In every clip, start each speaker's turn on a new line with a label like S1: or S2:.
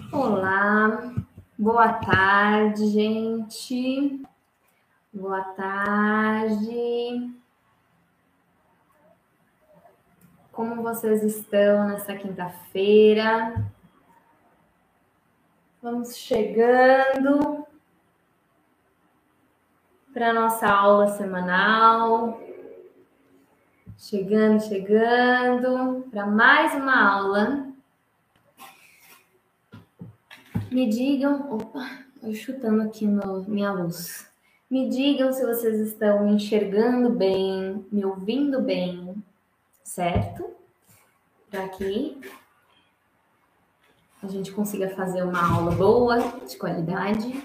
S1: Olá, boa tarde, gente. Boa tarde. Como vocês estão nessa quinta-feira? Vamos chegando para a nossa aula semanal. Chegando para mais uma aula. Me digam... Opa, eu chutando aqui minha luz. Me digam se vocês estão me enxergando bem, me ouvindo bem, certo? Para que a gente consiga fazer uma aula boa, de qualidade.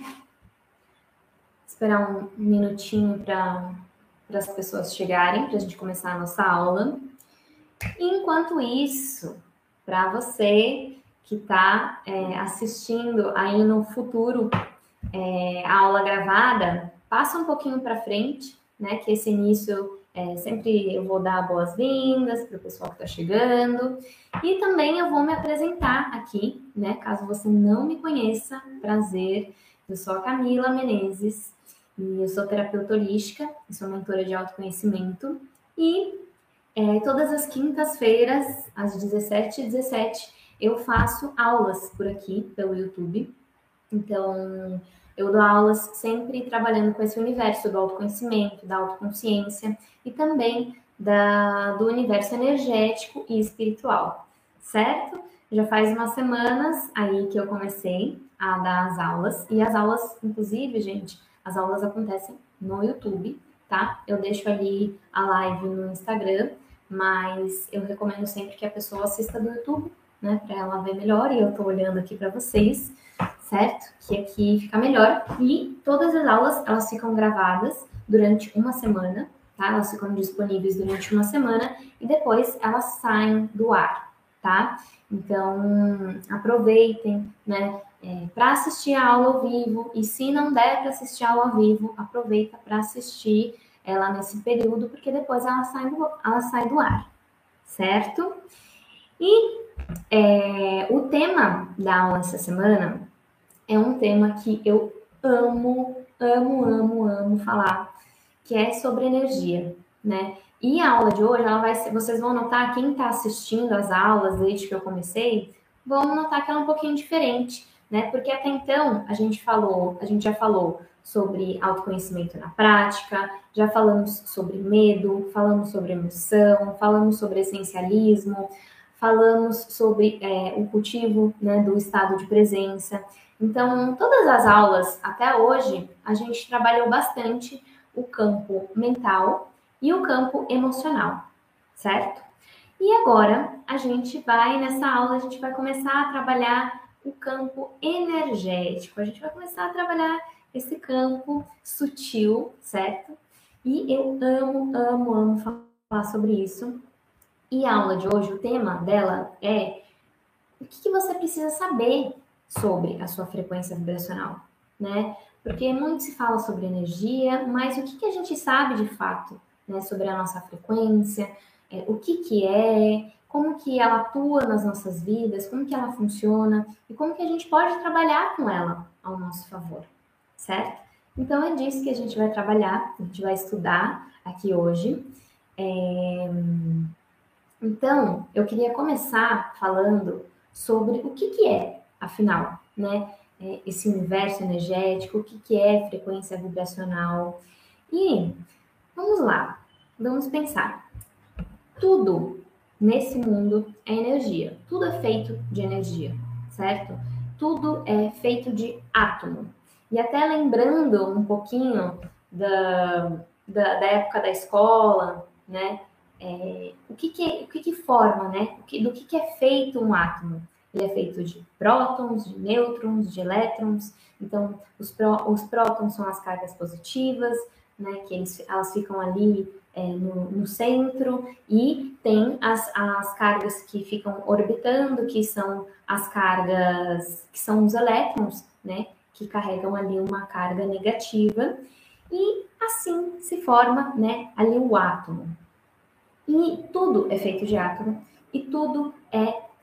S1: Esperar um minutinho para as pessoas chegarem, para a gente começar a nossa aula. E enquanto isso, para você que está assistindo aí no futuro a aula gravada, passa um pouquinho para frente, né? Que esse início sempre eu vou dar boas-vindas para o pessoal que está chegando. E também eu vou me apresentar aqui, né? Caso você não me conheça, prazer. Eu sou a Camila Menezes e eu sou terapeuta holística, sou mentora de autoconhecimento. E todas as quintas-feiras, às 17h17, eu faço aulas por aqui, pelo YouTube. Então, eu dou aulas sempre trabalhando com esse universo do autoconhecimento, da autoconsciência e também do universo energético e espiritual, certo? Já faz umas semanas aí que eu comecei a dar as aulas, e as aulas, inclusive, gente, as aulas acontecem no YouTube, tá? Eu deixo ali a live no Instagram, mas eu recomendo sempre que a pessoa assista do YouTube, né, para ela ver melhor, e eu tô olhando aqui para vocês, certo? Que aqui fica melhor. E todas as aulas, elas ficam gravadas durante uma semana, tá? Elas ficam disponíveis durante uma semana e depois elas saem do ar, tá? Então, aproveitem, né? Para assistir a aula ao vivo, e se não der para assistir a aula ao vivo, aproveita para assistir ela nesse período, porque depois ela sai do ar, certo? E o tema da aula essa semana é um tema que eu amo falar, que é sobre energia, né? E a aula de hoje, vocês vão notar, quem está assistindo as aulas desde que eu comecei, vão notar que ela é um pouquinho diferente, né? Porque até então a gente já falou sobre autoconhecimento na prática, já falamos sobre medo, falamos sobre emoção, falamos sobre essencialismo, falamos sobre o cultivo, né, do estado de presença. Então, todas as aulas até hoje, a gente trabalhou bastante o campo mental e o campo emocional, certo? E agora, nessa aula, a gente vai começar a trabalhar o campo energético. A gente vai começar a trabalhar esse campo sutil, certo? E eu amo falar sobre isso. E a aula de hoje, o tema dela é o que você precisa saber sobre a sua frequência vibracional, né? Porque muito se fala sobre energia, mas o que a gente sabe de fato, né, sobre a nossa frequência, o que é, como que ela atua nas nossas vidas, como que ela funciona e como que a gente pode trabalhar com ela ao nosso favor, certo? Então é disso que a gente vai trabalhar, a gente vai estudar aqui hoje. Então, eu queria começar falando sobre o que é, afinal, né, esse universo energético, o que é frequência vibracional. E vamos lá, vamos pensar. Tudo nesse mundo é energia, tudo é feito de energia, certo? Tudo é feito de átomo. E até lembrando um pouquinho da época da escola, né? O que forma, né? Do que é feito um átomo? Ele é feito de prótons, de nêutrons, de elétrons. Então, os prótons são as cargas positivas, né? Que elas ficam ali no centro, e tem as cargas que ficam orbitando, que são as cargas, que são os elétrons, né? Que carregam ali uma carga negativa. E assim se forma, né? Ali o átomo. E tudo é feito de átomo, e tudo é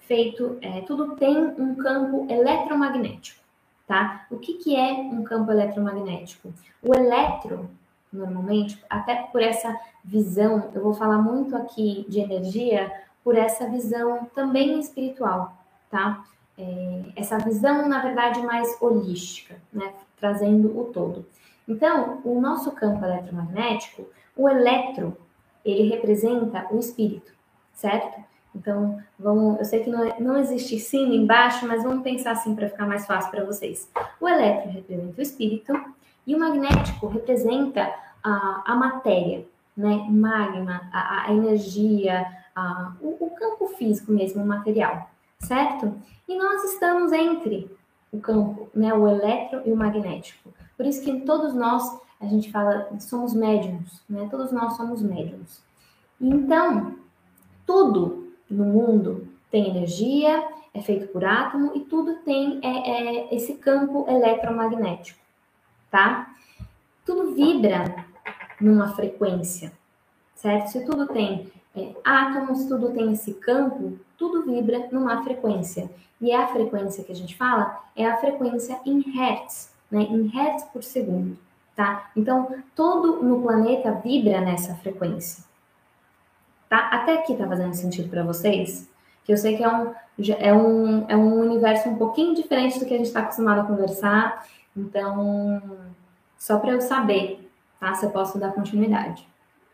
S1: feito, tudo tem um campo eletromagnético, tá? O que é um campo eletromagnético? O eletro, normalmente, até por essa visão, eu vou falar muito aqui de energia, por essa visão também espiritual, tá? Essa visão, na verdade, mais holística, né? Trazendo o todo. Então, o nosso campo eletromagnético, o eletro, ele representa o espírito, certo? Então, eu sei que não existe cima embaixo, mas vamos pensar assim para ficar mais fácil para vocês. O eletro representa o espírito e o magnético representa a matéria, né? Magma, a energia, o campo físico mesmo, o material, certo? E nós estamos entre o campo, né? O eletro e o magnético. Por isso que todos nós, a gente fala, somos médiums, né? Todos nós somos médiums. Então, tudo no mundo tem energia, é feito por átomo e tudo tem esse campo eletromagnético, tá? Tudo vibra numa frequência, certo? Se tudo tem átomos, tudo tem esse campo, tudo vibra numa frequência. E a frequência que a gente fala é a frequência em hertz, né? Em hertz por segundo, tá? Então, tudo no planeta vibra nessa frequência. Tá? Até aqui tá fazendo sentido para vocês? Que eu sei que é um universo um pouquinho diferente do que a gente está acostumado a conversar. Então, só para eu saber, tá? Se eu posso dar continuidade.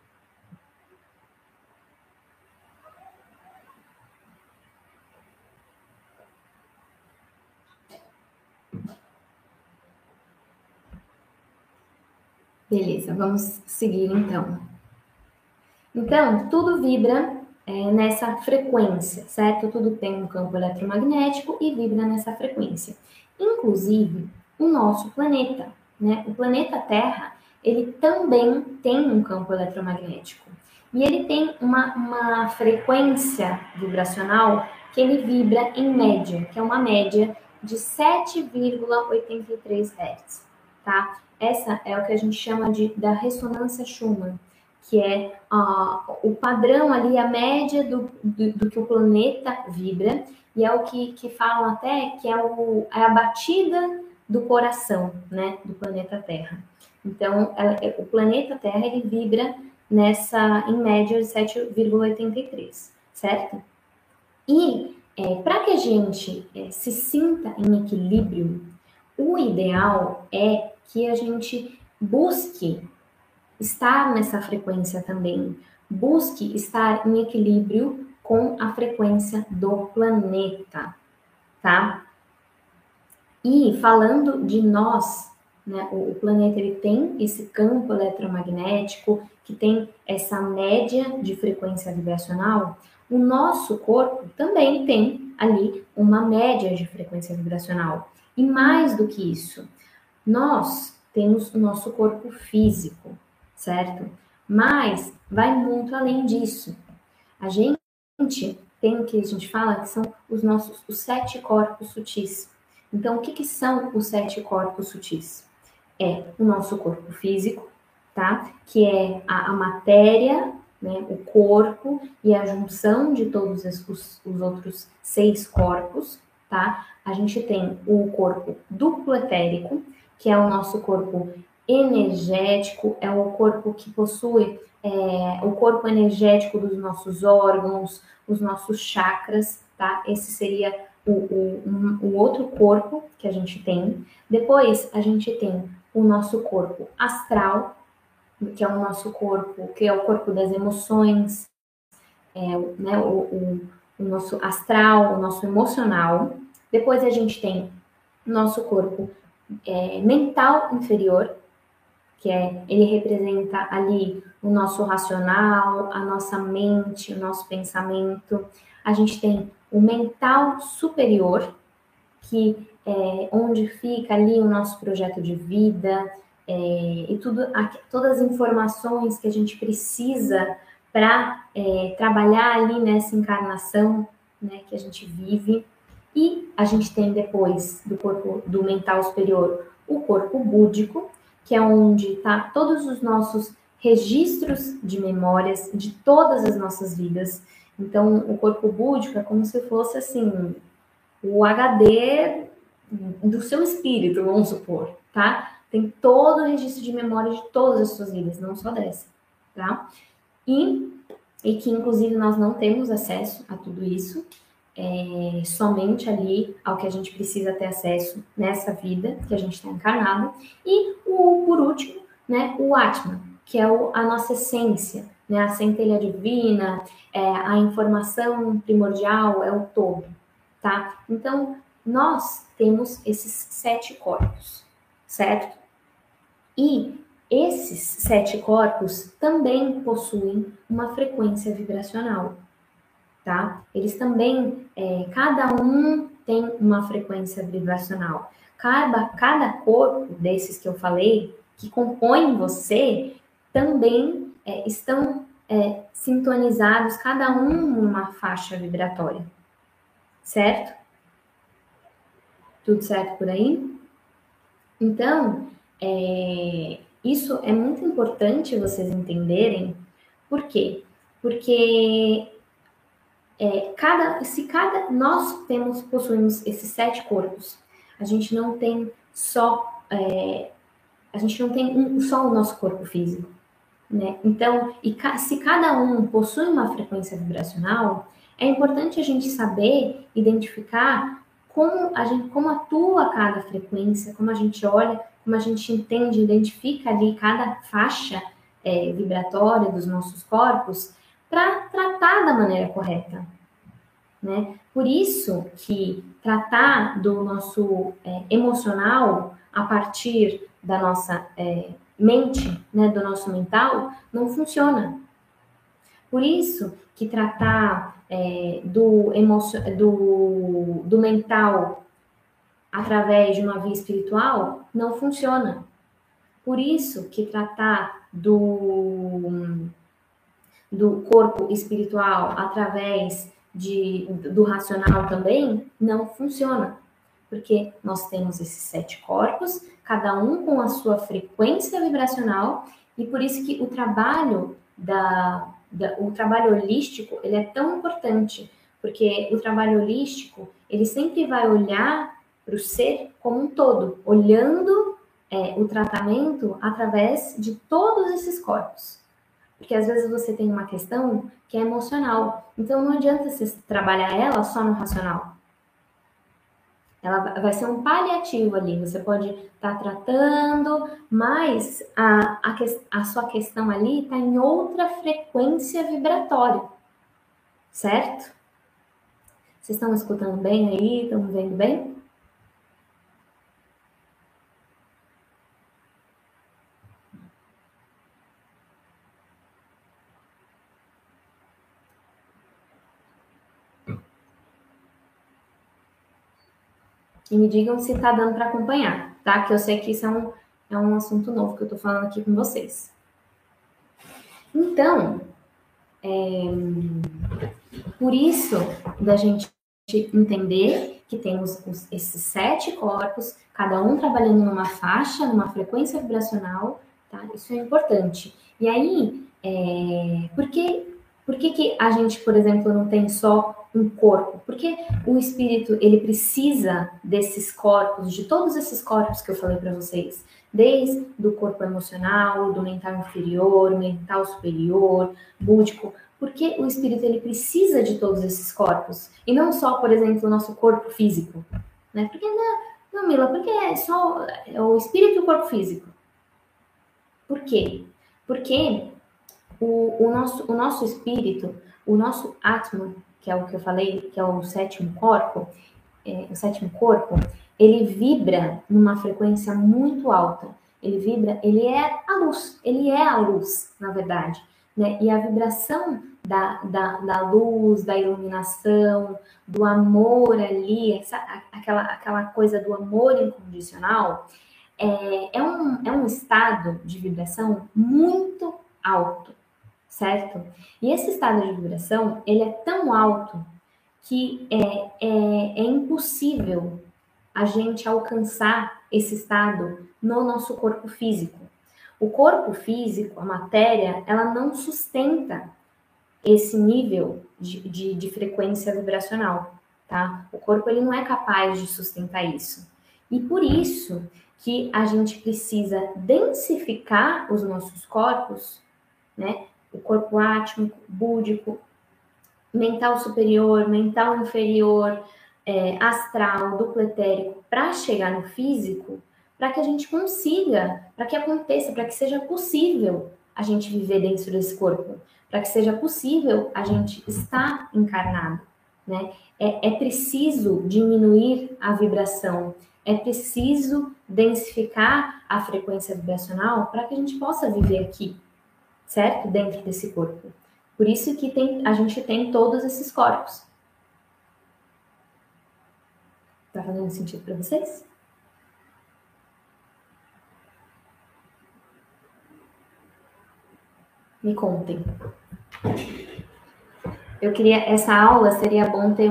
S1: Beleza, vamos seguir então. Então, tudo vibra nessa frequência, certo? Tudo tem um campo eletromagnético e vibra nessa frequência. Inclusive, o nosso planeta, né? O planeta Terra, ele também tem um campo eletromagnético. E ele tem uma frequência vibracional que ele vibra em média, que é uma média de 7,83 Hz, tá? Essa é o que a gente chama da ressonância Schumann, que é o padrão ali, a média do que o planeta vibra, e é o que falam até que é a batida do coração, né, do planeta Terra. Então, o planeta Terra, ele vibra em média, de 7,83, certo? E para que a gente se sinta em equilíbrio, o ideal é que a gente busque estar nessa frequência também. Busque estar em equilíbrio com a frequência do planeta, tá? E falando de nós, né, o planeta ele tem esse campo eletromagnético que tem essa média de frequência vibracional. O nosso corpo também tem ali uma média de frequência vibracional. E mais do que isso, nós temos o nosso corpo físico, certo? Mas vai muito além disso. A gente tem o que a gente fala que são os 7 corpos sutis. Então, o que são os 7 corpos sutis? É o nosso corpo físico, tá? Que é a matéria, né? O corpo e a junção de todos os outros 6 corpos, tá? A gente tem o corpo duplo etérico, que é o nosso corpo energético, é o corpo que possui o corpo energético dos nossos órgãos, os nossos chakras, tá? Esse seria o outro corpo que a gente tem. Depois, a gente tem o nosso corpo astral, que é o nosso corpo, que é o corpo das emoções, né, o nosso astral, o nosso emocional. Depois, a gente tem o nosso corpo mental inferior, que ele representa ali o nosso racional, a nossa mente, o nosso pensamento. A gente tem o mental superior, que é onde fica ali o nosso projeto de vida, e todas as informações que a gente precisa para trabalhar ali nessa encarnação, né, que a gente vive. E a gente tem depois do corpo do mental superior o corpo búdico, que é onde está todos os nossos registros de memórias de todas as nossas vidas. Então, o corpo búdico é como se fosse, assim, o HD do seu espírito, vamos supor, tá? Tem todo o registro de memória de todas as suas vidas, não só dessa, tá? E que, inclusive, nós não temos acesso a tudo isso, somente ali ao que a gente precisa ter acesso nessa vida que a gente está encarnado. E, por último, né, o Atman, que é a nossa essência, né, a centelha divina, a informação primordial, é o todo, tá? Então, nós temos esses 7 corpos, certo? E esses 7 corpos também possuem uma frequência vibracional, tá? Eles também, cada um tem uma frequência vibracional. Cada corpo desses que eu falei, que compõem você, também estão sintonizados, cada um numa faixa vibratória, certo? Tudo certo por aí? Então, isso é muito importante vocês entenderem. Por quê? Porque nós possuímos esses 7 corpos, a gente não tem só só o nosso corpo físico, né? Então, se cada um possui uma frequência vibracional, é importante a gente saber identificar como atua cada frequência, como a gente olha, como a gente entende, identifica ali cada faixa vibratória dos nossos corpos para tratar da maneira correta, né? Por isso que tratar do nosso emocional a partir da nossa mente, né, do nosso mental, não funciona. Por isso que tratar do mental através de uma via espiritual não funciona. Por isso que tratar do corpo espiritual através do racional também não funciona. Porque nós temos esses 7 corpos, cada um com a sua frequência vibracional, e por isso que o trabalho holístico, ele é tão importante, porque o trabalho holístico, ele sempre vai olhar para o ser como um todo, olhando o tratamento através de todos esses corpos. Porque às vezes você tem uma questão que é emocional, então não adianta você trabalhar ela só no racional. Ela vai ser um paliativo ali, você pode estar tratando, mas a sua questão ali está em outra frequência vibratória, certo? Vocês estão escutando bem aí? Estão vendo bem? E me digam se está dando para acompanhar, tá? Que eu sei que isso é um assunto novo que eu estou falando aqui com vocês. Então, por isso da gente entender que temos esses 7 corpos, cada um trabalhando numa faixa, numa frequência vibracional, tá? Isso é importante. E aí, por que a gente, por exemplo, não tem só um corpo? Porque o espírito, ele precisa desses corpos, de todos esses corpos que eu falei para vocês, desde do corpo emocional, do mental inferior, mental superior, búdico, porque o espírito, ele precisa de todos esses corpos, e não só, por exemplo, o nosso corpo físico, né? Porque não, Mila, porque é só o espírito e o corpo físico. Por quê? Porque o nosso espírito, o nosso Atman, que é o que eu falei, que é o 7º corpo, ele vibra numa frequência muito alta. Ele é a luz, na verdade, né? E a vibração da luz, da iluminação, do amor ali, aquela coisa do amor incondicional, é um estado de vibração muito alto, certo? E esse estado de vibração, ele é tão alto que é impossível a gente alcançar esse estado no nosso corpo físico. O corpo físico, a matéria, ela não sustenta esse nível de frequência vibracional, tá? O corpo ele não é capaz de sustentar isso. E por isso que a gente precisa densificar os nossos corpos, né? O corpo átmico, búdico, mental superior, mental inferior, astral, duplo etérico, para chegar no físico, para que a gente consiga, para que aconteça, para que seja possível a gente viver dentro desse corpo, para que seja possível a gente estar encarnado, né? É preciso diminuir a vibração, é preciso densificar a frequência vibracional para que a gente possa viver aqui, certo? Dentro desse corpo. Por isso que a gente tem todos esses corpos. Tá fazendo sentido para vocês? Me contem. Eu queria, essa aula seria bom ter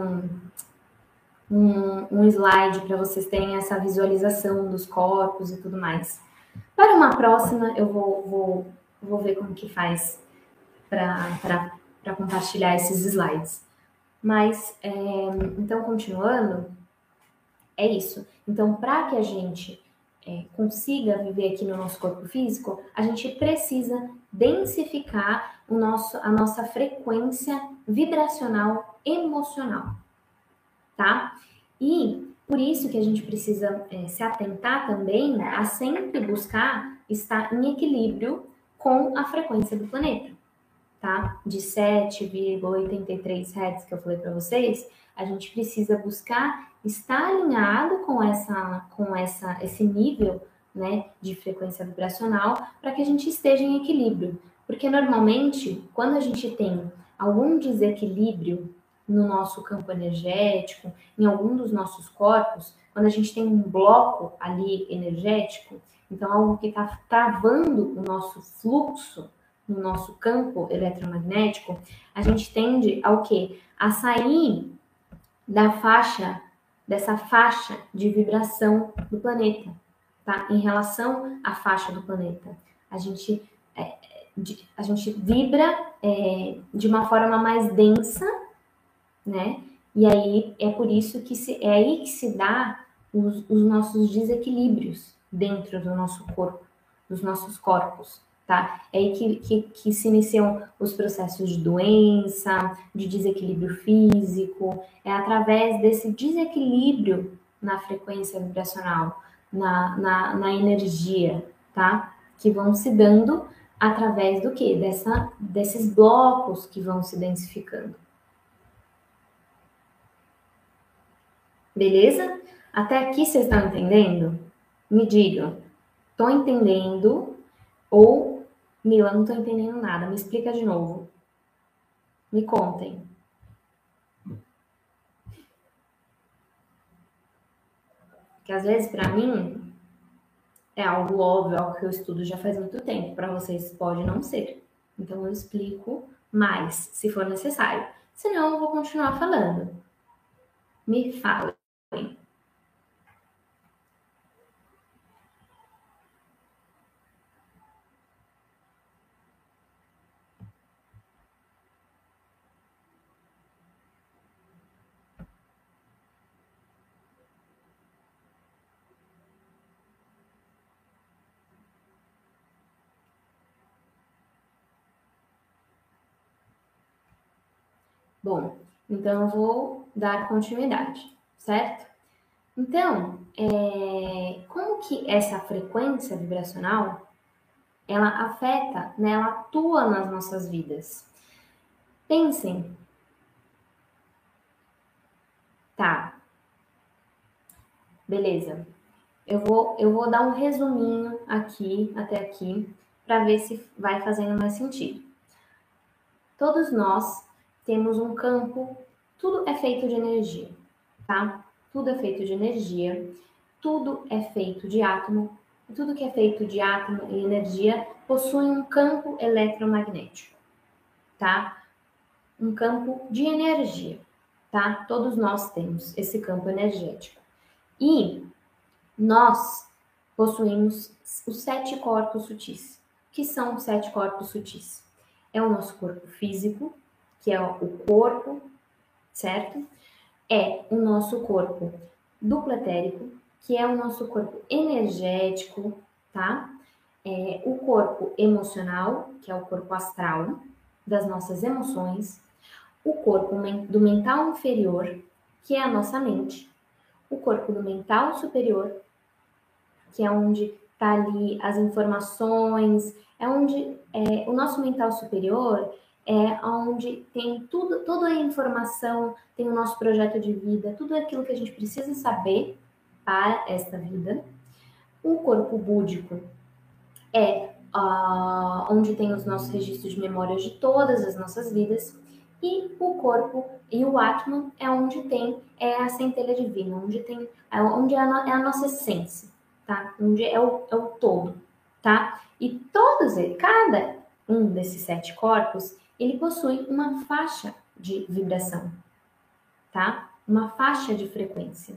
S1: um slide para vocês terem essa visualização dos corpos e tudo mais. Para uma próxima, eu vou ver como que faz para compartilhar esses slides. Mas, então, continuando, é isso. Então, para que a gente consiga viver aqui no nosso corpo físico, a gente precisa densificar a nossa frequência vibracional emocional, tá? E por isso que a gente precisa se atentar também a sempre buscar estar em equilíbrio com a frequência do planeta, tá? De 7,83 Hz que eu falei para vocês, a gente precisa buscar estar alinhado com esse nível, né, de frequência vibracional para que a gente esteja em equilíbrio. Porque normalmente, quando a gente tem algum desequilíbrio no nosso campo energético, em algum dos nossos corpos, quando a gente tem um bloco ali energético, então algo que está travando o nosso fluxo no nosso campo eletromagnético, a gente tende ao quê? A sair dessa faixa de vibração do planeta, tá? Em relação à faixa do planeta. A gente vibra de uma forma mais densa, né? E aí é por isso que é aí que se dá os nossos desequilíbrios dentro do nosso corpo, dos nossos corpos, tá? É aí que se iniciam os processos de doença, de desequilíbrio físico, é através desse desequilíbrio na frequência vibracional, na energia, tá? Que vão se dando através do quê? Desses blocos que vão se densificando. Beleza? Até aqui vocês estão entendendo? Me digam, estou entendendo ou, Mila, não estou entendendo nada, me explica de novo. Me contem. Que às vezes, para mim, é algo óbvio, algo que eu estudo já faz muito tempo. Para vocês pode não ser. Então eu explico mais, se for necessário. Senão eu vou continuar falando. Me falem. Bom, então eu vou dar continuidade, certo? Então, como que essa frequência vibracional, ela afeta, né, ela atua nas nossas vidas? Pensem. Tá, beleza. Eu vou dar um resuminho aqui, até aqui, para ver se vai fazendo mais sentido. Todos nós temos um campo, tudo é feito de energia, tá? Tudo é feito de energia, tudo é feito de átomo, e tudo que é feito de átomo e energia possui um campo eletromagnético, tá? Um campo de energia, tá? Todos nós temos esse campo energético. E nós possuímos os 7 corpos sutis. O que são os 7 corpos sutis? é o nosso corpo físico, que é o corpo, certo? É o nosso corpo duplo etérico, que é o nosso corpo energético, tá? É o corpo emocional, que é o corpo astral, das nossas emoções, o corpo do mental inferior, que é a nossa mente, o corpo do mental superior, que é onde está ali as informações, é onde o nosso mental superior é onde tem tudo, toda a informação, tem o nosso projeto de vida, tudo aquilo que a gente precisa saber para esta vida. O corpo búdico é onde tem os nossos registros de memórias de todas as nossas vidas. E o corpo e o Atman é onde tem a centelha divina, onde é a nossa essência, tá? Onde é o todo, tá? E cada um desses 7 corpos, ele possui uma faixa de vibração, tá? Uma faixa de frequência,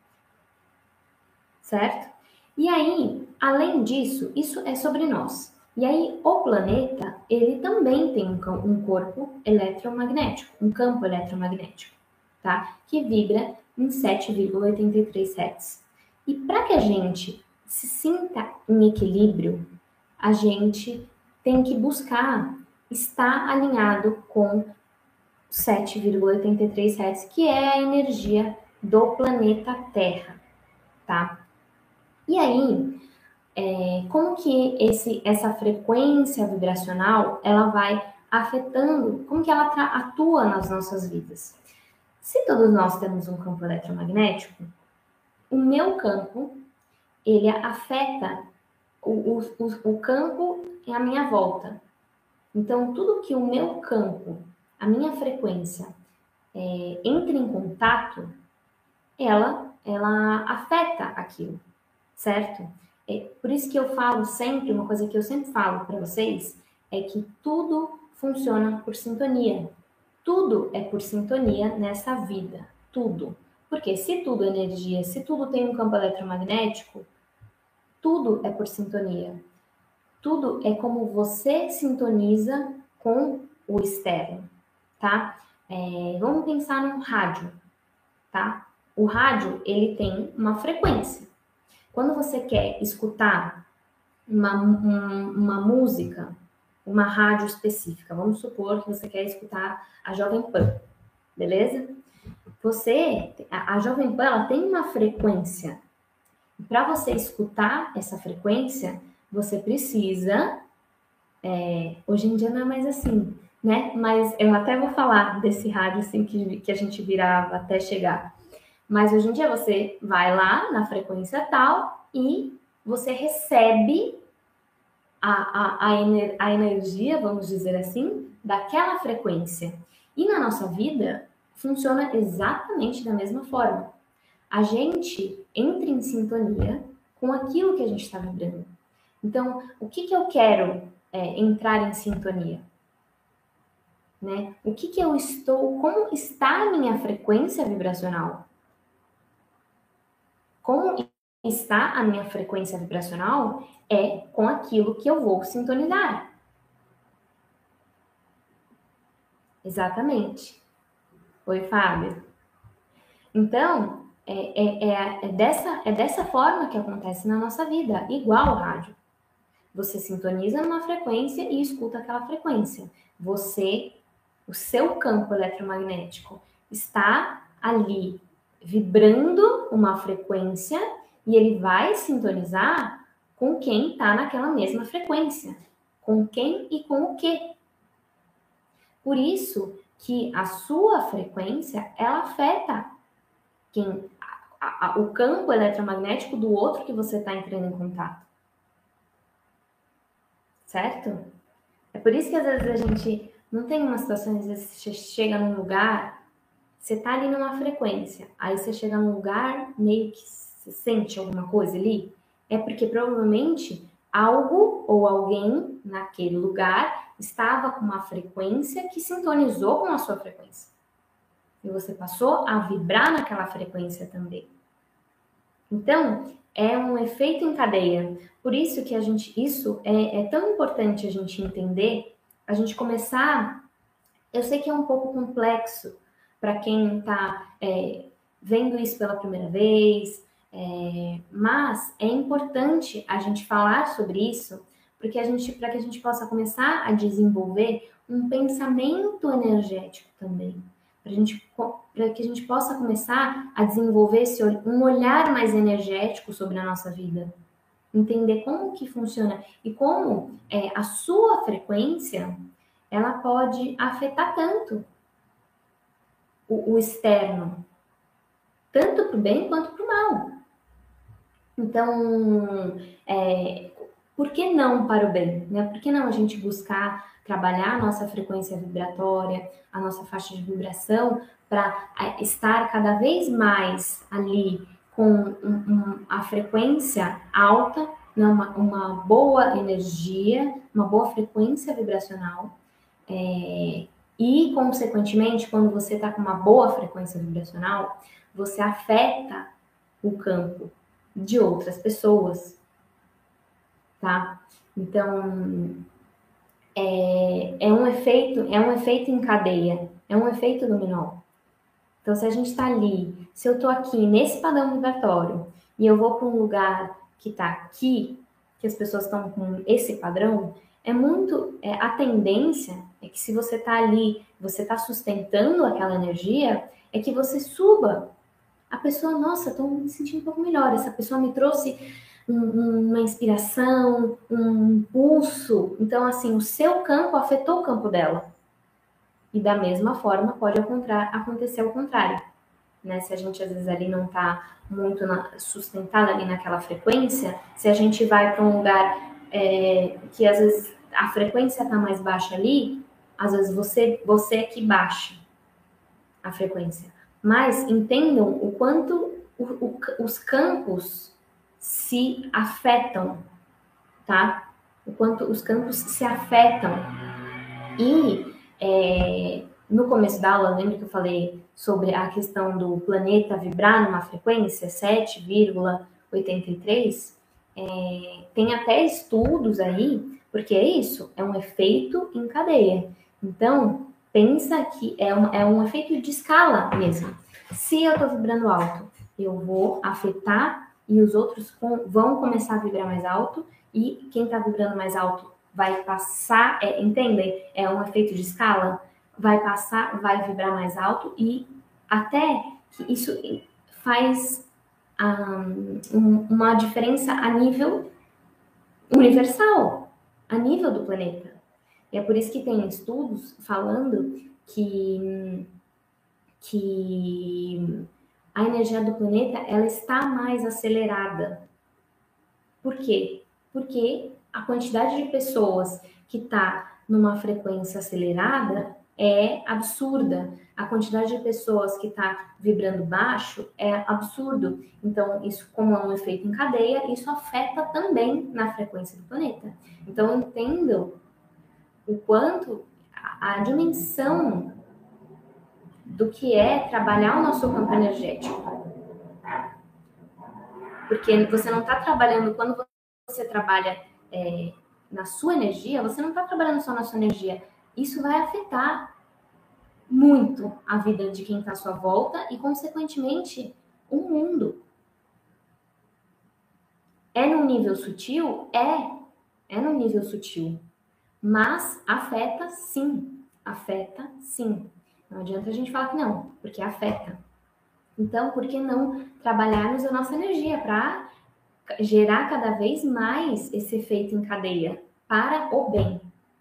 S1: certo? E aí, além disso, isso é sobre nós. E aí, o planeta, ele também tem um corpo eletromagnético, um campo eletromagnético, tá? Que vibra em 7,83 Hz. E para que a gente se sinta em equilíbrio, a gente tem que buscar estar alinhado com 7,83 Hz, que é a energia do planeta Terra, tá? E aí, como que essa frequência vibracional, ela vai afetando, como que ela atua nas nossas vidas? Se todos nós temos um campo eletromagnético, o meu campo, ele afeta o campo à minha volta. Então, tudo que o meu campo, a minha frequência, entra em contato, ela afeta aquilo, certo? Por isso que eu falo sempre, uma coisa que eu sempre falo para vocês, é que tudo funciona por sintonia. Tudo é por sintonia nessa vida. Tudo. Porque se tudo é energia, se tudo tem um campo eletromagnético, tudo é por sintonia. Tudo é como você sintoniza com o externo, tá? Vamos pensar num rádio, tá? O rádio, ele tem uma frequência. Quando você quer escutar uma música, uma rádio específica, vamos supor que você quer escutar a Jovem Pan, beleza? A Jovem Pan, ela tem uma frequência. Para você escutar essa frequência, você precisa... hoje em dia não é mais assim, né? Mas eu até vou falar desse rádio assim que a gente virava até chegar. Mas hoje em dia você vai lá na frequência tal e você recebe a energia, vamos dizer assim, daquela frequência. E na nossa vida funciona exatamente da mesma forma. A gente entra em sintonia com aquilo que a gente está vibrando. Então, o que eu quero entrar em sintonia? Né? Como está a minha frequência vibracional? Como está a minha frequência vibracional é com aquilo que eu vou sintonizar. Exatamente. Oi, Fábio. Então, é dessa forma que acontece na nossa vida, igual o rádio. Você sintoniza numa frequência e escuta aquela frequência. O seu campo eletromagnético está ali vibrando uma frequência e ele vai sintonizar com quem está naquela mesma frequência. Com quem e com o quê. Por isso que a sua frequência, ela afeta o campo eletromagnético do outro que você está entrando em contato. Certo? É por isso que às vezes a gente não tem uma situação, às vezes você chega num lugar, você tá ali numa frequência, aí você chega num lugar, meio que você sente alguma coisa ali, é porque provavelmente algo ou alguém naquele lugar estava com uma frequência que sintonizou com a sua frequência. E você passou a vibrar naquela frequência também. Então, é um efeito em cadeia. Por isso que isso é tão importante a gente entender a gente começar, eu sei que é um pouco complexo para quem está vendo isso pela primeira vez, mas é importante a gente falar sobre isso, porque para que a gente possa começar a desenvolver um pensamento energético também, para que a gente possa começar a desenvolver um olhar mais energético sobre a nossa vida, entender como que funciona e como a sua frequência ela pode afetar tanto o externo, tanto para o bem quanto para o mal. Então, por que não para o bem? Né? Por que não a gente buscar trabalhar a nossa frequência vibratória, a nossa faixa de vibração, para estar cada vez mais ali com a frequência alta, né? uma boa energia, uma boa frequência vibracional, e, consequentemente, quando você está com uma boa frequência vibracional, você afeta o campo de outras pessoas, tá? Então, é um efeito em cadeia, é um efeito dominó. Então, se a gente está ali, se eu estou aqui nesse padrão vibratório e eu vou para um lugar que está aqui, que as pessoas estão com esse padrão, a tendência é que se você está ali, você está sustentando aquela energia, é que você suba. A pessoa, nossa, estou me sentindo um pouco melhor. Essa pessoa me trouxe uma inspiração, um impulso. Então, assim, o seu campo afetou o campo dela. E da mesma forma pode acontecer ao contrário. Né? Se a gente às vezes ali não está muito sustentada ali naquela frequência, se a gente vai para um lugar que às vezes a frequência está mais baixa ali, às vezes você é que baixa a frequência. Mas entendam o quanto os campos se afetam, tá? O quanto os campos se afetam. E no começo da aula, lembra que eu falei sobre a questão do planeta vibrar numa frequência 7,83? Tem até estudos aí, porque é isso, é um efeito em cadeia. Então, pensa que é um efeito de escala mesmo. Se eu estou vibrando alto, eu vou afetar e os outros vão começar a vibrar mais alto, e quem está vibrando mais alto vai passar, entendem? É um efeito de escala, vai passar, vai vibrar mais alto, e até que isso faz uma diferença a nível universal, a nível do planeta. E é por isso que tem estudos falando que a energia do planeta ela está mais acelerada. Por quê? Porque a quantidade de pessoas que está numa frequência acelerada é absurda. A quantidade de pessoas que está vibrando baixo é absurdo. Então, isso, como é um efeito em cadeia, isso afeta também na frequência do planeta. Então, entendam o quanto a dimensão do que é trabalhar o nosso campo energético. Porque você não está trabalhando, quando você trabalha na sua energia, você não está trabalhando só na sua energia. Isso vai afetar muito a vida de quem está à sua volta e, consequentemente, o mundo. É num nível sutil? É num nível sutil. Mas afeta sim. Afeta sim. Não adianta a gente falar que não, porque afeta. Então, por que não trabalharmos a nossa energia para gerar cada vez mais esse efeito em cadeia para o bem?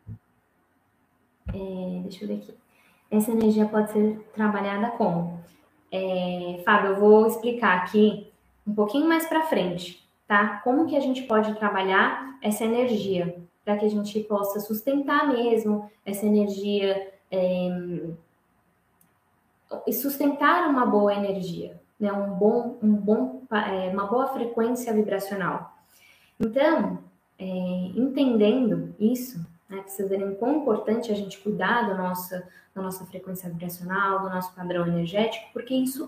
S1: Deixa eu ver aqui. Essa energia pode ser trabalhada como? Fábio, eu vou explicar aqui um pouquinho mais para frente, tá? Como que a gente pode trabalhar essa energia para que a gente possa sustentar mesmo essa energia e sustentar uma boa energia, né? Uma boa frequência vibracional. Então, entendendo isso, né, para vocês verem quão importante a gente cuidar da nossa frequência vibracional, do nosso padrão energético, porque isso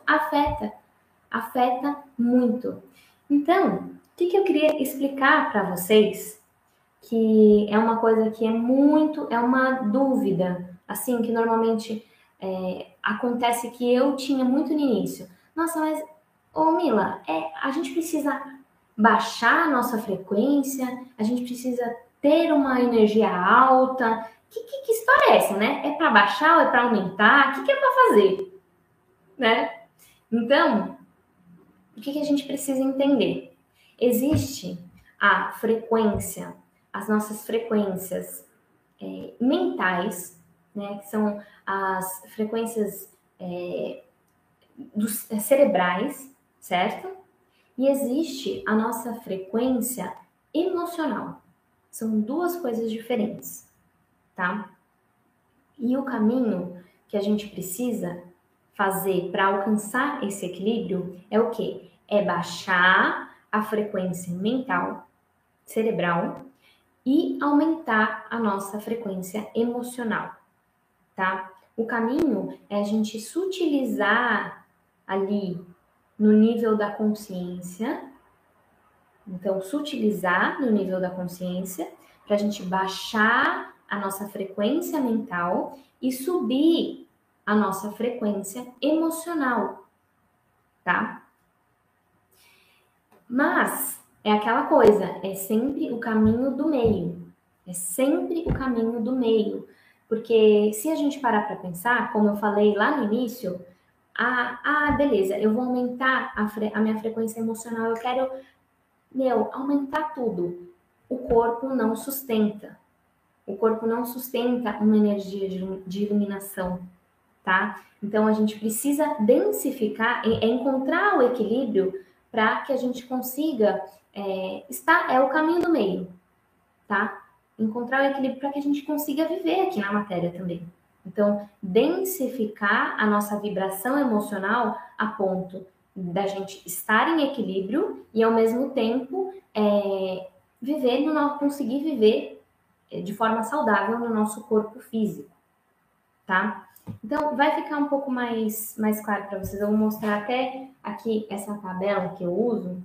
S1: afeta muito. Então, o que eu queria explicar para vocês que é uma coisa que é uma dúvida, assim, que normalmente acontece que eu tinha muito no início. Nossa, mas, ô Mila, a gente precisa baixar a nossa frequência, a gente precisa ter uma energia alta. Que história é essa, né? É para baixar ou é para aumentar? O que é para fazer, né? Então, o que a gente precisa entender? Existe a frequência, as nossas frequências mentais, né, que são as frequências cerebrais, certo? E existe a nossa frequência emocional. São duas coisas diferentes, tá? E o caminho que a gente precisa fazer para alcançar esse equilíbrio é o quê? É baixar a frequência mental, cerebral, e aumentar a nossa frequência emocional, tá? O caminho é a gente sutilizar ali no nível da consciência, então sutilizar no nível da consciência para a gente baixar a nossa frequência mental e subir a nossa frequência emocional, tá? Mas é aquela coisa, é sempre o caminho do meio. É sempre o caminho do meio. Porque se a gente parar para pensar, como eu falei lá no início, beleza, eu vou aumentar a minha frequência emocional, eu quero, aumentar tudo. O corpo não sustenta. O corpo não sustenta uma energia de iluminação, tá? Então a gente precisa densificar, encontrar o equilíbrio para que a gente consiga é o caminho do meio, tá? Encontrar o equilíbrio para que a gente consiga viver aqui na matéria também. Então, densificar a nossa vibração emocional a ponto da gente estar em equilíbrio e ao mesmo tempo conseguir viver de forma saudável no nosso corpo físico, tá? Então, vai ficar um pouco mais claro para vocês. Eu vou mostrar até aqui essa tabela que eu uso,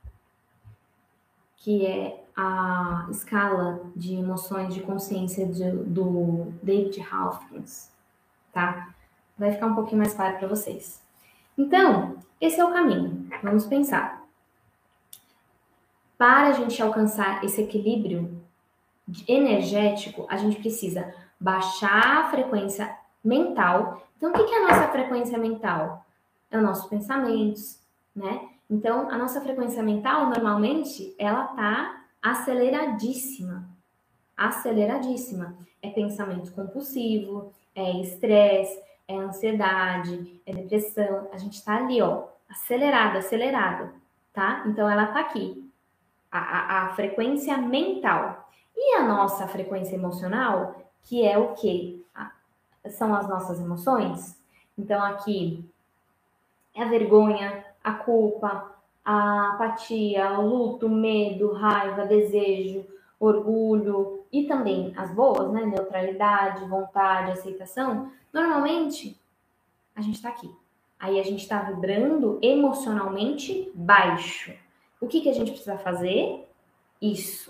S1: que é a escala de emoções de consciência do David Hawkins, tá? Vai ficar um pouquinho mais claro para vocês. Então, esse é o caminho. Vamos pensar. Para a gente alcançar esse equilíbrio energético, a gente precisa baixar a frequência mental. Então, o que é a nossa frequência mental? É os nossos pensamentos, né? Então, a nossa frequência mental, normalmente, ela tá aceleradíssima. Aceleradíssima. É pensamento compulsivo, é estresse, é ansiedade, é depressão. A gente tá ali, ó, acelerado, tá? Então, ela tá aqui. A frequência mental. E a nossa frequência emocional, que é o quê? São as nossas emoções. Então, aqui é a vergonha, a culpa, a apatia, o luto, medo, raiva, desejo, orgulho e também as boas, né? Neutralidade, vontade, aceitação. Normalmente, a gente tá aqui. Aí a gente está vibrando emocionalmente baixo. O que a gente precisa fazer? Isso.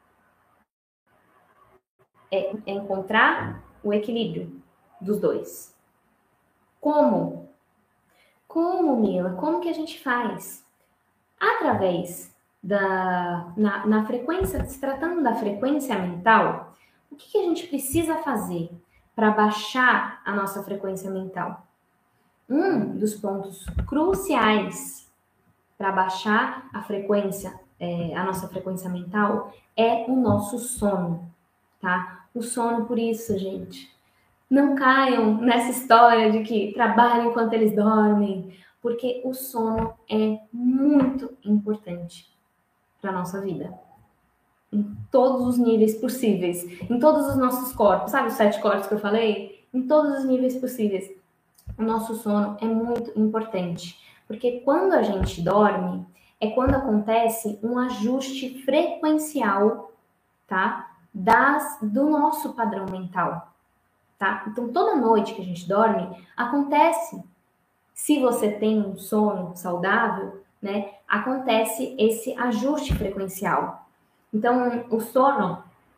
S1: É encontrar o equilíbrio dos dois. Como? Como, Mila? Como que a gente faz? Através na frequência, se tratando da frequência mental, o que a gente precisa fazer para baixar a nossa frequência mental? Um dos pontos cruciais para baixar a frequência, a nossa frequência mental, é o nosso sono, tá? O sono, por isso, gente, não caiam nessa história de que trabalham enquanto eles dormem, porque o sono é muito importante para a nossa vida. Em todos os níveis possíveis, em todos os nossos corpos, sabe os 7 corpos que eu falei? Em todos os níveis possíveis. O nosso sono é muito importante, porque quando a gente dorme, é quando acontece um ajuste frequencial, tá? Do nosso padrão mental, tá? Então, toda noite que a gente dorme, acontece. Se você tem um sono saudável, né? Acontece esse ajuste frequencial. Então, o sono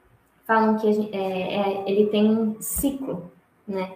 S1: falam que ele tem um ciclo, né?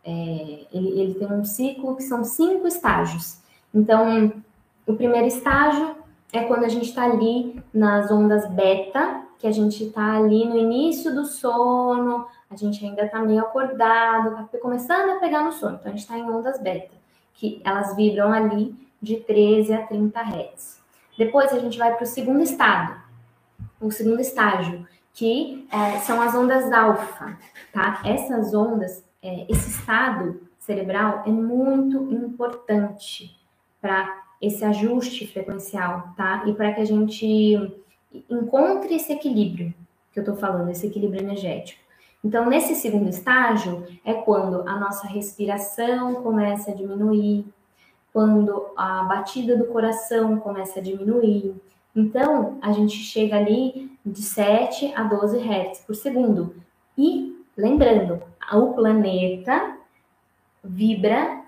S1: Ele tem um ciclo que são 5 estágios. Então, o primeiro estágio é quando a gente está ali nas ondas beta, que a gente está ali no início do sono, a gente ainda está meio acordado, está começando a pegar no sono. Então, a gente está em ondas beta, que elas vibram ali de 13 a 30 Hz. Depois, a gente vai para o segundo estado, o segundo estágio, que são as ondas alfa, tá? Essas ondas, esse estado cerebral é muito importante para esse ajuste frequencial, tá? E para que a gente encontre esse equilíbrio que eu tô falando, esse equilíbrio energético. Então, nesse segundo estágio, é quando a nossa respiração começa a diminuir, quando a batida do coração começa a diminuir. Então, a gente chega ali de 7 a 12 Hz por segundo. E, lembrando, o planeta vibra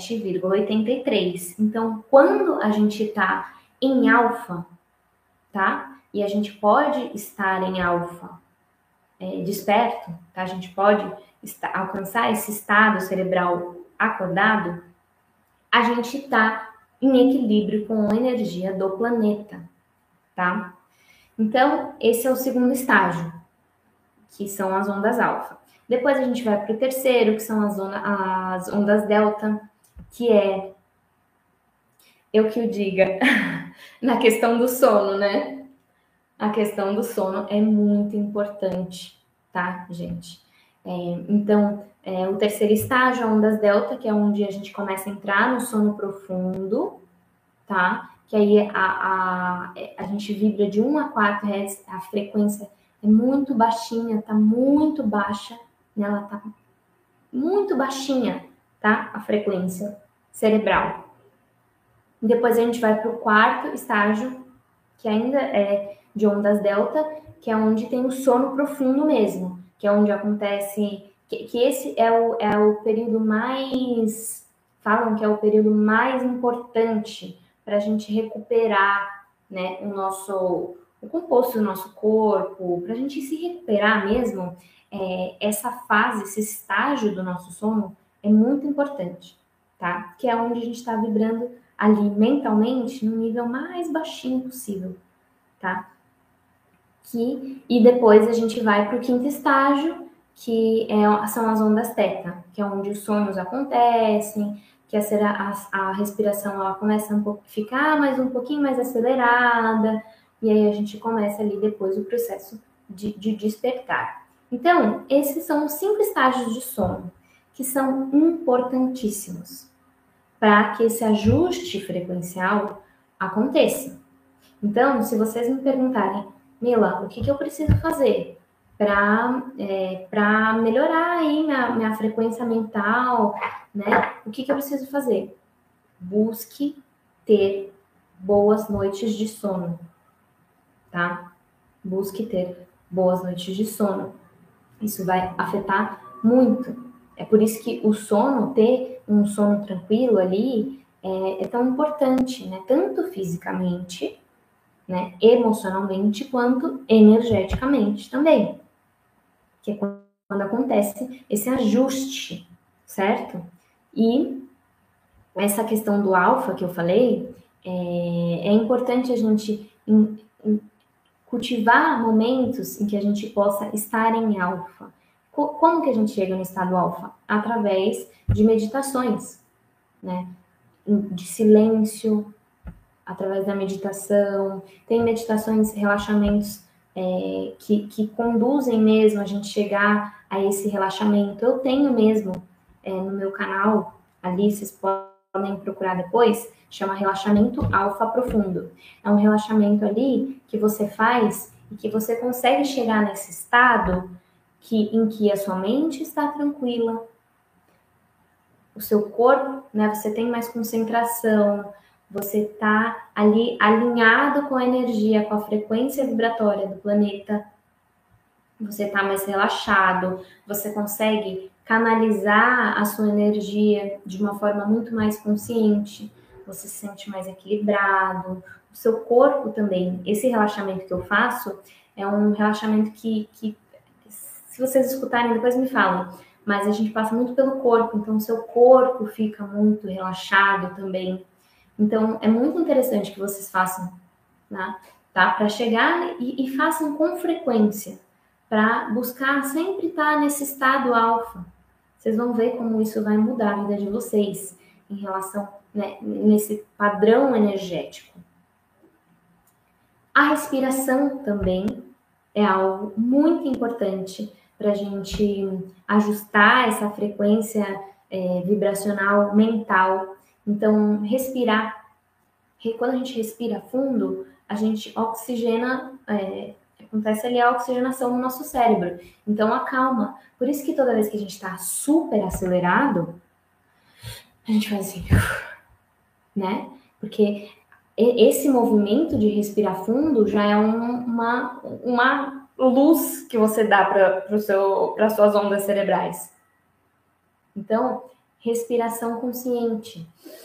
S1: 7,83. Então, quando a gente está em alfa, tá? E a gente pode estar em alfa desperto, tá? A gente pode alcançar esse estado cerebral acordado, a gente está em equilíbrio com a energia do planeta, tá? Então, esse é o segundo estágio, que são as ondas alfa. Depois a gente vai para o terceiro, que são as ondas delta, que é, eu que o diga, na questão do sono, né? A questão do sono é muito importante, tá, gente? Então, o terceiro estágio, a ondas delta, que é onde a gente começa a entrar no sono profundo, tá? Que aí a gente vibra de 1 a 4 Hz, a frequência é muito baixinha, tá muito baixa, né? Ela tá muito baixinha, tá? A frequência cerebral. E depois a gente vai para o quarto estágio, que ainda é de ondas delta, que é onde tem o sono profundo mesmo, que é onde acontece, que esse é o período mais, falam que é o período mais importante para a gente recuperar, né, o composto do nosso corpo, para a gente se recuperar mesmo. Essa fase, esse estágio do nosso sono é muito importante, tá? Que é onde a gente está vibrando ali mentalmente no nível mais baixinho possível, tá? E depois a gente vai para o quinto estágio, que são as ondas teta, que é onde os sonhos acontecem, que a respiração ela começa ficar um pouquinho mais acelerada, e aí a gente começa ali depois o processo de despertar. Então, esses são os 5 estágios de sono, que são importantíssimos para que esse ajuste frequencial aconteça. Então, se vocês me perguntarem, Mila, o que eu preciso fazer para melhorar aí minha frequência mental, né? O que eu preciso fazer? Busque ter boas noites de sono, tá? Busque ter boas noites de sono. Isso vai afetar muito. É por isso que o sono, ter um sono tranquilo ali, é tão importante, né? Tanto fisicamente, né, emocionalmente, quanto energeticamente também. Que é quando acontece esse ajuste, certo? E essa questão do alfa que eu falei, é importante a gente cultivar momentos em que a gente possa estar em alfa. Como que a gente chega no estado alfa? Através de meditações, né? De silêncio, através da meditação. Tem meditações, relaxamentos que conduzem mesmo a gente chegar a esse relaxamento. Eu tenho mesmo no meu canal, ali vocês podem procurar depois, chama Relaxamento Alfa Profundo. É um relaxamento ali que você faz e que você consegue chegar nesse estado em que a sua mente está tranquila, o seu corpo, né, você tem mais concentração, você está ali alinhado com a energia, com a frequência vibratória do planeta, você está mais relaxado, você consegue canalizar a sua energia de uma forma muito mais consciente, você se sente mais equilibrado, o seu corpo também. Esse relaxamento que eu faço é um relaxamento que Se vocês escutarem, depois me falam. Mas a gente passa muito pelo corpo, então o seu corpo fica muito relaxado também. Então, é muito interessante que vocês façam, né? Tá? Para chegar e façam com frequência, para buscar sempre estar nesse estado alfa. Vocês vão ver como isso vai mudar a vida de vocês em relação, né, nesse padrão energético. A respiração também é algo muito importante para a gente ajustar essa frequência vibracional mental. Então, respirar. Quando a gente respira fundo, a gente oxigena, acontece ali a oxigenação no nosso cérebro. Então, acalma. Por isso que toda vez que a gente está super acelerado, a gente faz assim, né? Porque esse movimento de respirar fundo já é uma luz que você dá para as suas ondas cerebrais. Então, respiração consciente.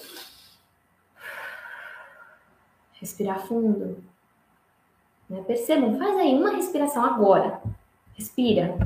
S1: Respirar fundo. Né? Percebam, faz aí uma respiração agora. Respira.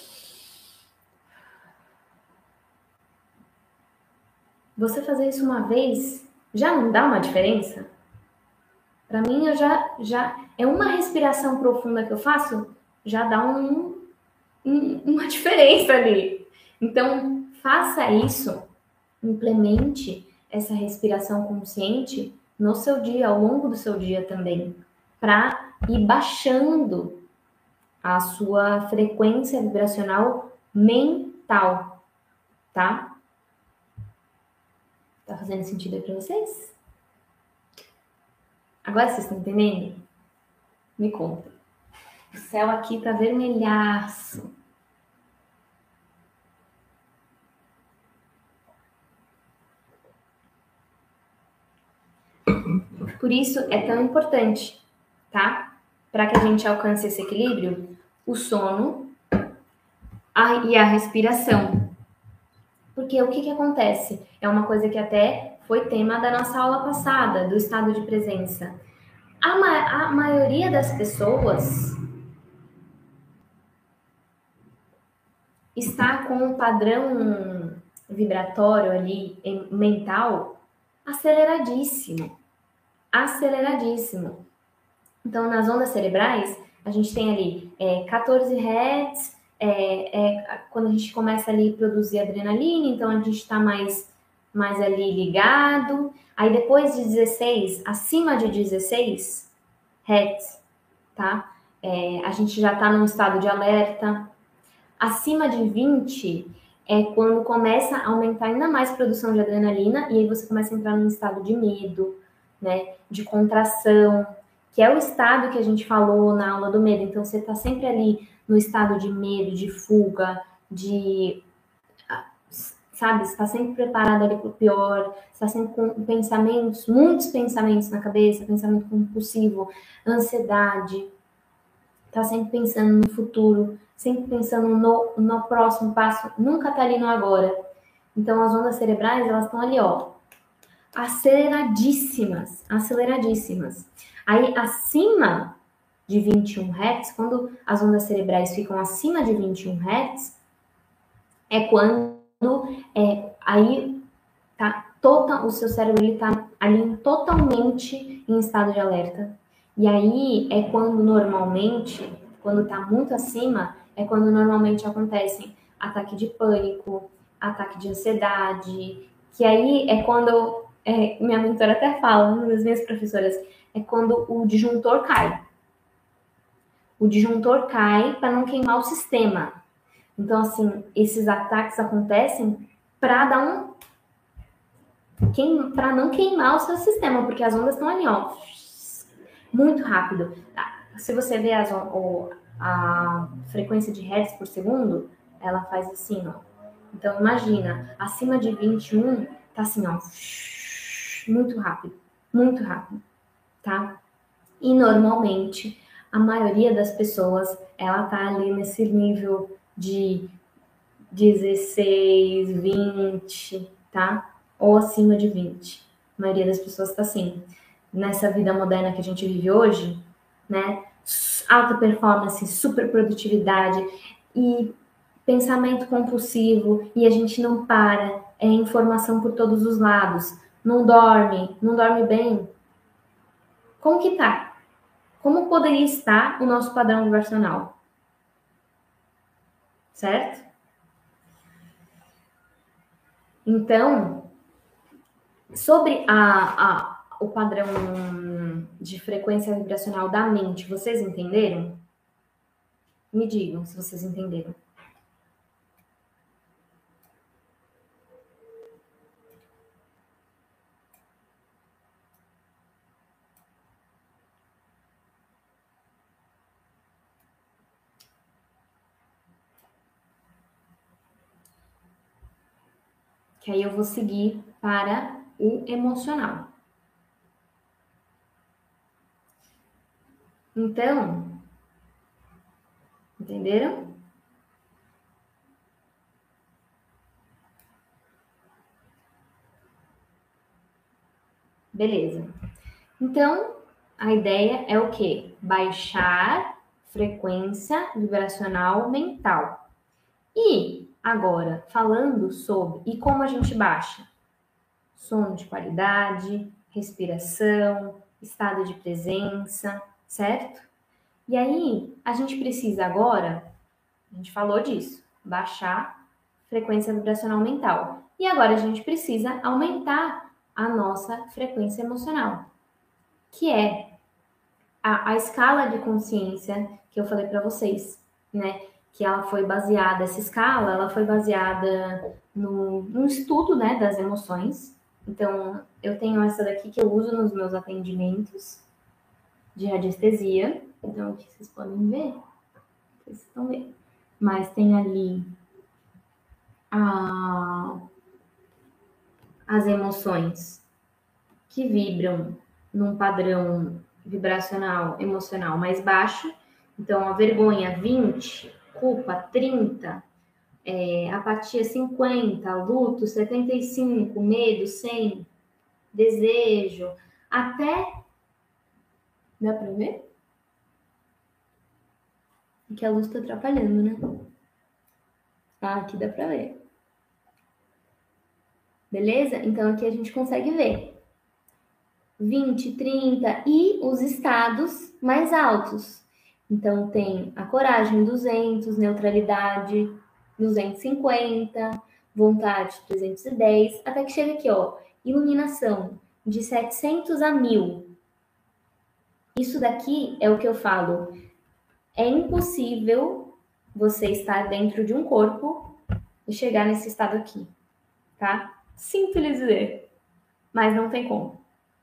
S1: Você fazer isso uma vez já não dá uma diferença? Para mim, eu já é uma respiração profunda que eu faço, já dá uma diferença ali. Então, faça isso, implemente essa respiração consciente no seu dia, ao longo do seu dia também, para ir baixando a sua frequência vibracional mental, tá? Tá fazendo sentido aí para vocês? Agora vocês estão entendendo? Me conta. O céu aqui tá vermelhaço. Por isso é tão importante, tá? Para que a gente alcance esse equilíbrio, o sono e a respiração. Porque o que acontece? É uma coisa que até foi tema da nossa aula passada, do estado de presença. A maioria das pessoas está com um padrão vibratório ali, mental, aceleradíssimo. Aceleradíssimo. Então, nas ondas cerebrais, a gente tem ali 14 Hz, quando a gente começa ali a produzir adrenalina, então a gente está mais ali ligado. Aí depois de 16, acima de 16 Hz, tá? A gente já está num estado de alerta. Acima de 20 é quando começa a aumentar ainda mais a produção de adrenalina e aí você começa a entrar num estado de medo, né? De contração, que é o estado que a gente falou na aula do medo. Então, você está sempre ali no estado de medo, de fuga, sabe? Você está sempre preparado ali para o pior, está sempre com pensamentos, muitos pensamentos na cabeça, pensamento compulsivo, ansiedade, está sempre pensando no futuro, sempre pensando no próximo passo, nunca está ali no agora. Então, as ondas cerebrais, elas estão ali, ó, aceleradíssimas. Aí, acima de 21 Hz, quando as ondas cerebrais ficam acima de 21 Hz, é quando aí tá o seu cérebro ele tá ali totalmente em estado de alerta. E aí é quando normalmente, quando tá muito acima, é quando normalmente acontecem ataque de pânico, ataque de ansiedade, que aí é quando minha mentora até fala, uma das minhas professoras, é quando o disjuntor cai. O disjuntor cai para não queimar o sistema. Então, assim, esses ataques acontecem para dar para não queimar o seu sistema, porque as ondas estão ali, ó, muito rápido. Se você vê a frequência de hertz por segundo, ela faz assim, ó. Então, imagina, acima de 21, tá assim, ó, muito rápido, tá? E normalmente, a maioria das pessoas, ela tá ali nesse nível de 16, 20, tá? Ou acima de 20. A maioria das pessoas tá assim. Nessa vida moderna que a gente vive hoje, né? Alta performance, super produtividade, e pensamento compulsivo, e a gente não para, é informação por todos os lados, não dorme bem. Como que tá? Como poderia estar o nosso padrão vibracional? Certo? Então, sobre o padrão de frequência vibracional da mente, vocês entenderam? Me digam se vocês entenderam. Que aí eu vou seguir para o emocional. Então, entenderam? Beleza. Então, a ideia é o quê? Baixar frequência vibracional mental. E agora, falando sobre e como a gente baixa? Sono de qualidade, respiração, estado de presença, certo? E aí, a gente precisa agora, a gente falou disso, baixar frequência vibracional mental. E agora a gente precisa aumentar a nossa frequência emocional, que é a escala de consciência que eu falei para vocês, né? Que ela foi baseada, essa escala, ela foi baseada no estudo, né, das emoções. Então, eu tenho essa daqui que eu uso nos meus atendimentos de radiestesia. Então, aqui vocês podem ver, vocês estão vendo. Mas tem ali as emoções que vibram num padrão vibracional emocional mais baixo. Então, a vergonha 20, culpa 30, apatia 50, luto 75, medo 100, desejo, até... Dá pra ver? Que a luz tá atrapalhando, né? Ah, aqui dá pra ver. Beleza? Então, aqui a gente consegue ver 20, 30 e os estados mais altos. Então, tem a coragem 200, neutralidade 250, vontade 310, até que chega aqui, ó, iluminação de 700 a 1000. Isso daqui é o que eu falo. É impossível você estar dentro de um corpo e chegar nesse estado aqui, tá? Simples dizer, mas não tem como.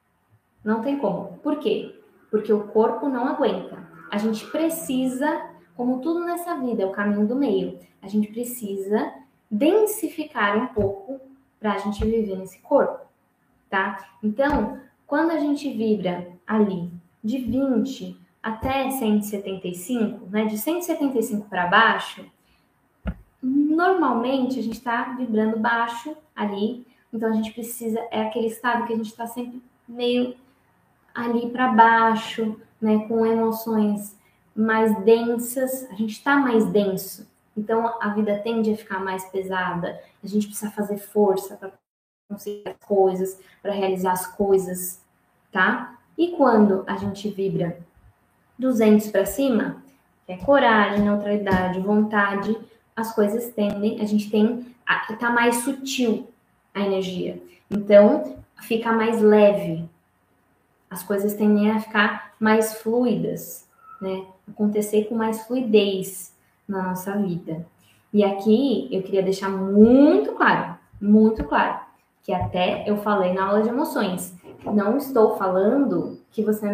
S1: Não tem como. Por quê? Porque o corpo não aguenta. A gente precisa, como tudo nessa vida, é o caminho do meio. A gente precisa densificar um pouco para a gente viver nesse corpo, tá? Então, quando a gente vibra ali de 20 até 175, né? De 175 para baixo, normalmente a gente está vibrando baixo ali. Então, a gente precisa, é aquele estado que a gente está sempre meio ali para baixo, né, com emoções mais densas, a gente está mais denso, então a vida tende a ficar mais pesada, a gente precisa fazer força para conseguir as coisas, para realizar as coisas, tá? E quando a gente vibra 200 para cima, que é coragem, neutralidade, vontade, as coisas tendem, a gente tem, tá mais sutil a energia, então fica mais leve, as coisas tendem a ficar mais fluidas, né? Acontecer com mais fluidez na nossa vida. E aqui eu queria deixar muito claro, que até eu falei na aula de emoções. Não estou falando que você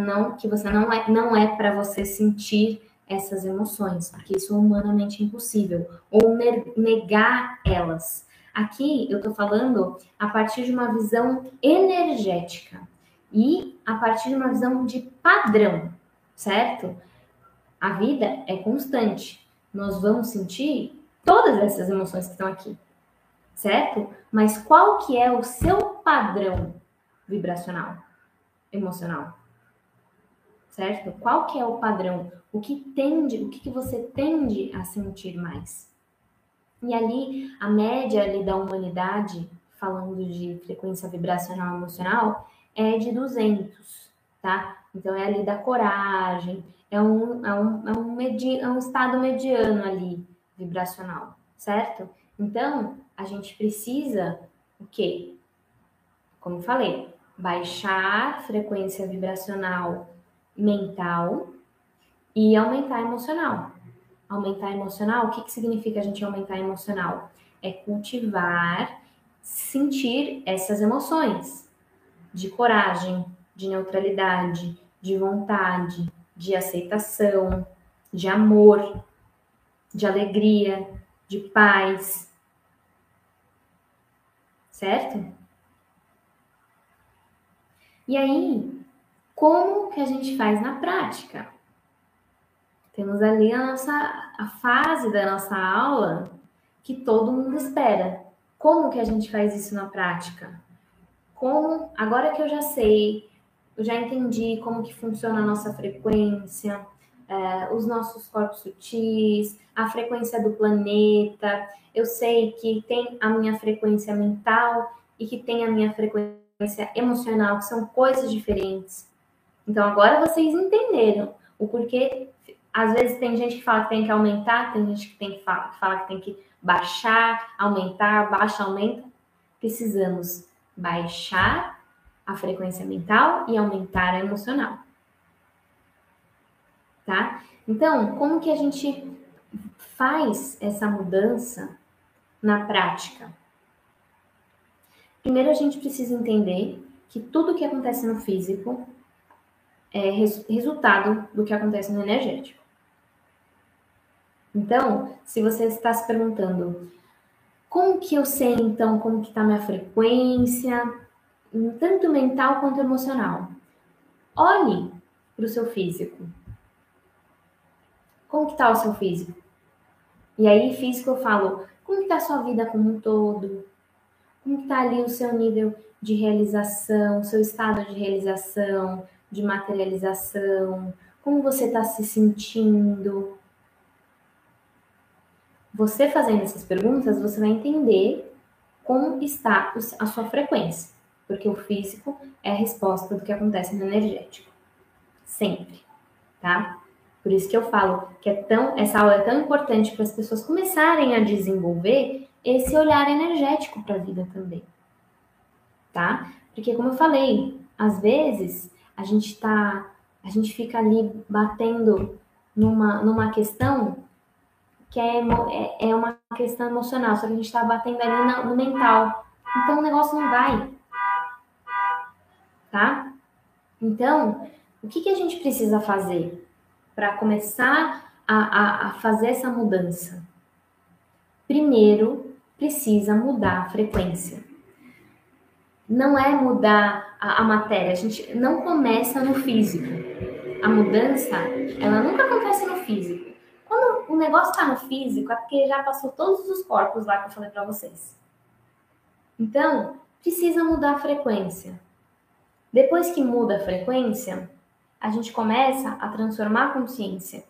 S1: não é para você sentir essas emoções, porque isso é humanamente impossível, ou negar elas. Aqui eu estou falando a partir de uma visão energética e a partir de uma visão de padrão, certo? A vida é constante. Nós vamos sentir todas essas emoções que estão aqui, certo? Mas qual que é o seu padrão vibracional, emocional? certo? Qual que é o padrão? O que você tende a sentir mais? E ali, a média ali da humanidade, falando de frequência vibracional emocional, é de 200, tá? Então, é ali da coragem, é um estado mediano ali, vibracional, certo? Então, a gente precisa, o quê? Como eu falei, baixar a frequência vibracional mental e aumentar a emocional. Aumentar a emocional, o que significa a gente aumentar a emocional? É cultivar, sentir essas emoções de coragem, de neutralidade, de vontade, de aceitação, de amor, de alegria, de paz, certo? E aí, como que a gente faz na prática? Temos ali a fase da nossa aula que todo mundo espera. Como que a gente faz isso na prática? Agora que eu já sei, eu já entendi como que funciona a nossa frequência, os nossos corpos sutis, a frequência do planeta, eu sei que tem a minha frequência mental e que tem a minha frequência emocional, que são coisas diferentes. Então agora vocês entenderam o porquê. Às vezes tem gente que fala que tem que aumentar, tem gente que fala que tem que baixar, aumentar, baixa, aumenta. Precisamos baixar a frequência mental e aumentar a emocional. Tá? Então, como que a gente faz essa mudança na prática? Primeiro, a gente precisa entender que tudo que acontece no físico é resultado do que acontece no energético. Então, se você está se perguntando como que eu sei, então, como que está minha frequência, tanto mental quanto emocional? Olhe para o seu físico. Como que está o seu físico? E aí, físico, eu falo, como que está a sua vida como um todo? Como que está ali o seu nível de realização, seu estado de realização, de materialização? Como você está se sentindo? Você fazendo essas perguntas, você vai entender como está a sua frequência, porque o físico é a resposta do que acontece no energético, sempre, tá? Por isso que eu falo que essa aula é tão importante para as pessoas começarem a desenvolver esse olhar energético para a vida também, tá? Porque como eu falei, às vezes a gente fica ali batendo numa questão que é uma questão emocional, só que a gente está batendo ali no mental. Então o negócio não vai, tá? Então, o que a gente precisa fazer para começar a fazer essa mudança? Primeiro, precisa mudar a frequência. Não é mudar a matéria, a gente não começa no físico. A mudança, ela nunca acontece no físico. Quando o negócio está no físico, é porque já passou todos os corpos lá que eu falei para vocês. Então, precisa mudar a frequência. Depois que muda a frequência, a gente começa a transformar a consciência.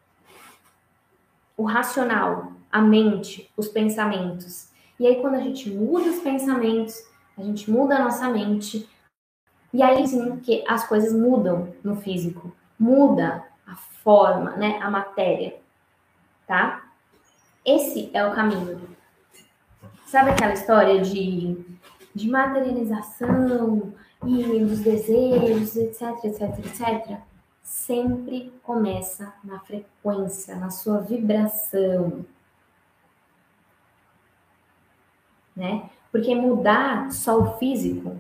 S1: O racional, a mente, os pensamentos. E aí, quando a gente muda os pensamentos, a gente muda a nossa mente, e aí sim que as coisas mudam no físico. Muda a forma, né? A matéria, tá? Esse é o caminho. Sabe aquela história de materialização e dos desejos, etc, etc, etc? Sempre começa na frequência, na sua vibração, né? Porque mudar só o físico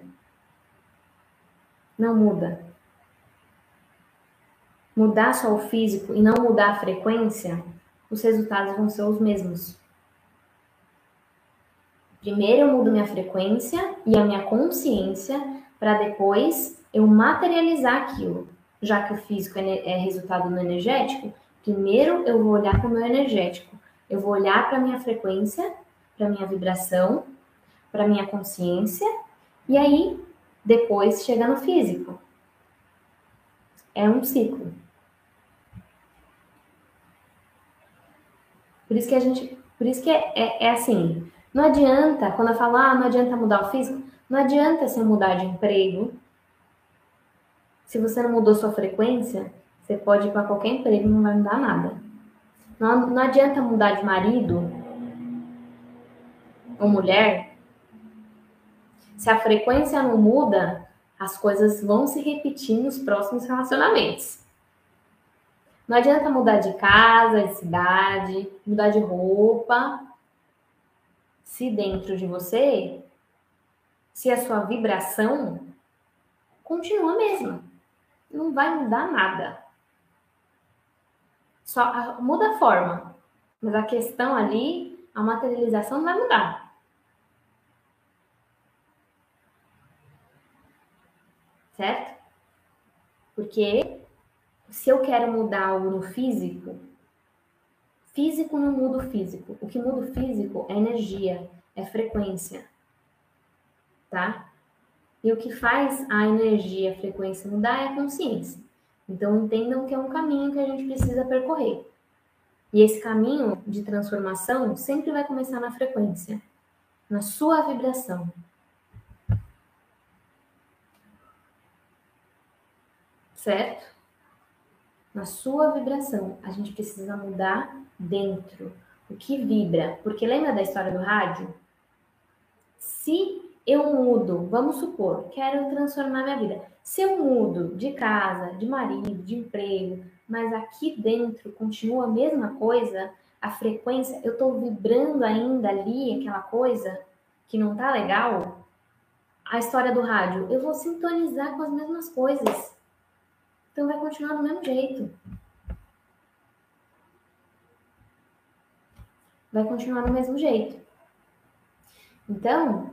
S1: não muda. Mudar só o físico e não mudar a frequência, os resultados vão ser os mesmos. Primeiro eu mudo minha frequência e a minha consciência para depois eu materializar aquilo. Já que o físico é resultado no energético, primeiro eu vou olhar para o meu energético. Eu vou olhar para a minha frequência, para a minha vibração, para a minha consciência, e aí depois chega no físico. É um ciclo. Por isso que é assim, não adianta, quando eu falo, não adianta mudar o físico, não adianta você mudar de emprego. Se você não mudou sua frequência, você pode ir para qualquer emprego, não vai mudar nada. Não adianta mudar de marido ou mulher. Se a frequência não muda, as coisas vão se repetir nos próximos relacionamentos. Não adianta mudar de casa, de cidade, mudar de roupa. Se dentro de você, se a sua vibração continua a mesma, não vai mudar nada. Só muda a forma, mas a questão ali, a materialização não vai mudar. Certo? Porque se eu quero mudar algo no físico, físico não muda o físico. O que muda o físico é energia, é frequência. Tá? E o que faz a energia, a frequência mudar é a consciência. Então entendam que é um caminho que a gente precisa percorrer. E esse caminho de transformação sempre vai começar na frequência, na sua vibração. Certo? Na sua vibração. A gente precisa mudar dentro. O que vibra. Porque lembra da história do rádio? Se eu mudo, vamos supor, quero transformar minha vida. Se eu mudo de casa, de marido, de emprego, mas aqui dentro continua a mesma coisa, a frequência, eu estou vibrando ainda ali aquela coisa que não tá legal, a história do rádio, eu vou sintonizar com as mesmas coisas. Então vai continuar do mesmo jeito. Vai continuar do mesmo jeito. Então,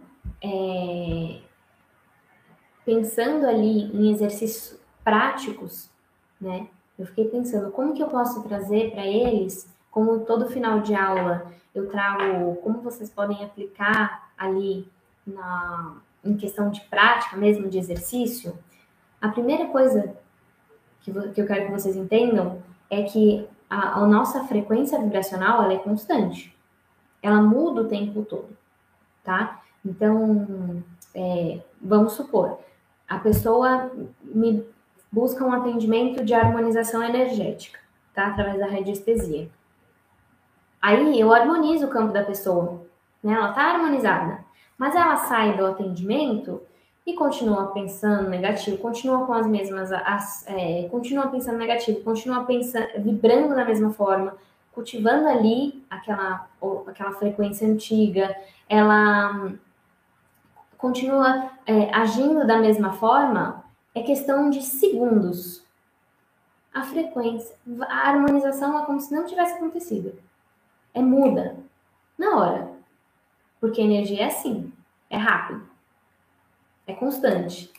S1: pensando ali em exercícios práticos, né? Eu fiquei pensando como que eu posso trazer para eles, como todo final de aula eu trago como vocês podem aplicar ali em questão de prática mesmo, de exercício. A primeira coisa que eu quero que vocês entendam é que a nossa frequência vibracional ela é constante. Ela muda o tempo todo, tá? Então, vamos supor, a pessoa me busca um atendimento de harmonização energética, tá? Através da radiestesia. Aí eu harmonizo o campo da pessoa, né? Ela tá harmonizada, mas ela sai do atendimento e continua pensando negativo, continua com as mesmas, continua pensando negativo, continua vibrando da mesma forma, cultivando ali aquela frequência antiga, ela continua agindo da mesma forma, é questão de segundos. A frequência, a harmonização é como se não tivesse acontecido. Muda na hora. Porque a energia é assim, é rápido, é constante.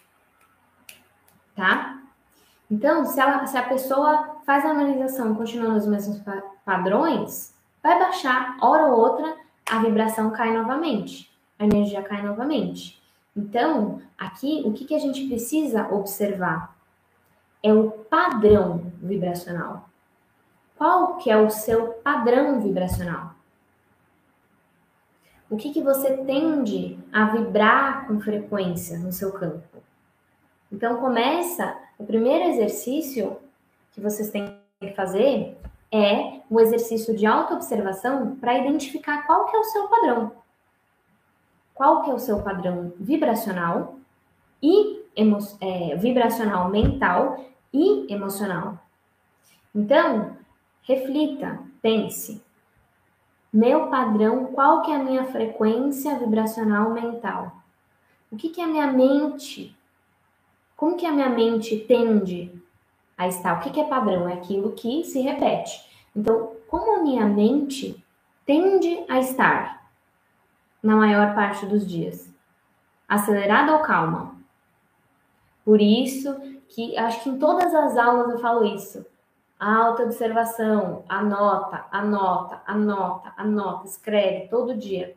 S1: Tá? Então, se a pessoa faz a harmonização continuando os mesmos padrões, vai baixar, hora ou outra, a vibração cai novamente, a energia cai novamente. Então, aqui, o que a gente precisa observar? É o padrão vibracional. Qual que é o seu padrão vibracional? O que você tende a vibrar com frequência no seu campo? Então, o primeiro exercício que vocês têm que fazer é um exercício de autoobservação para identificar qual que é o seu padrão. Qual que é o seu padrão vibracional e vibracional mental e emocional. Então, reflita, pense. Meu padrão, qual que é a minha frequência vibracional mental? O que é a minha mente? Como que a minha mente tende a estar? O que é padrão? É aquilo que se repete. Então, como a minha mente tende a estar na maior parte dos dias? Acelerada ou calma? Por isso que acho que em todas as aulas eu falo isso. A autoobservação, anota, escreve todo dia.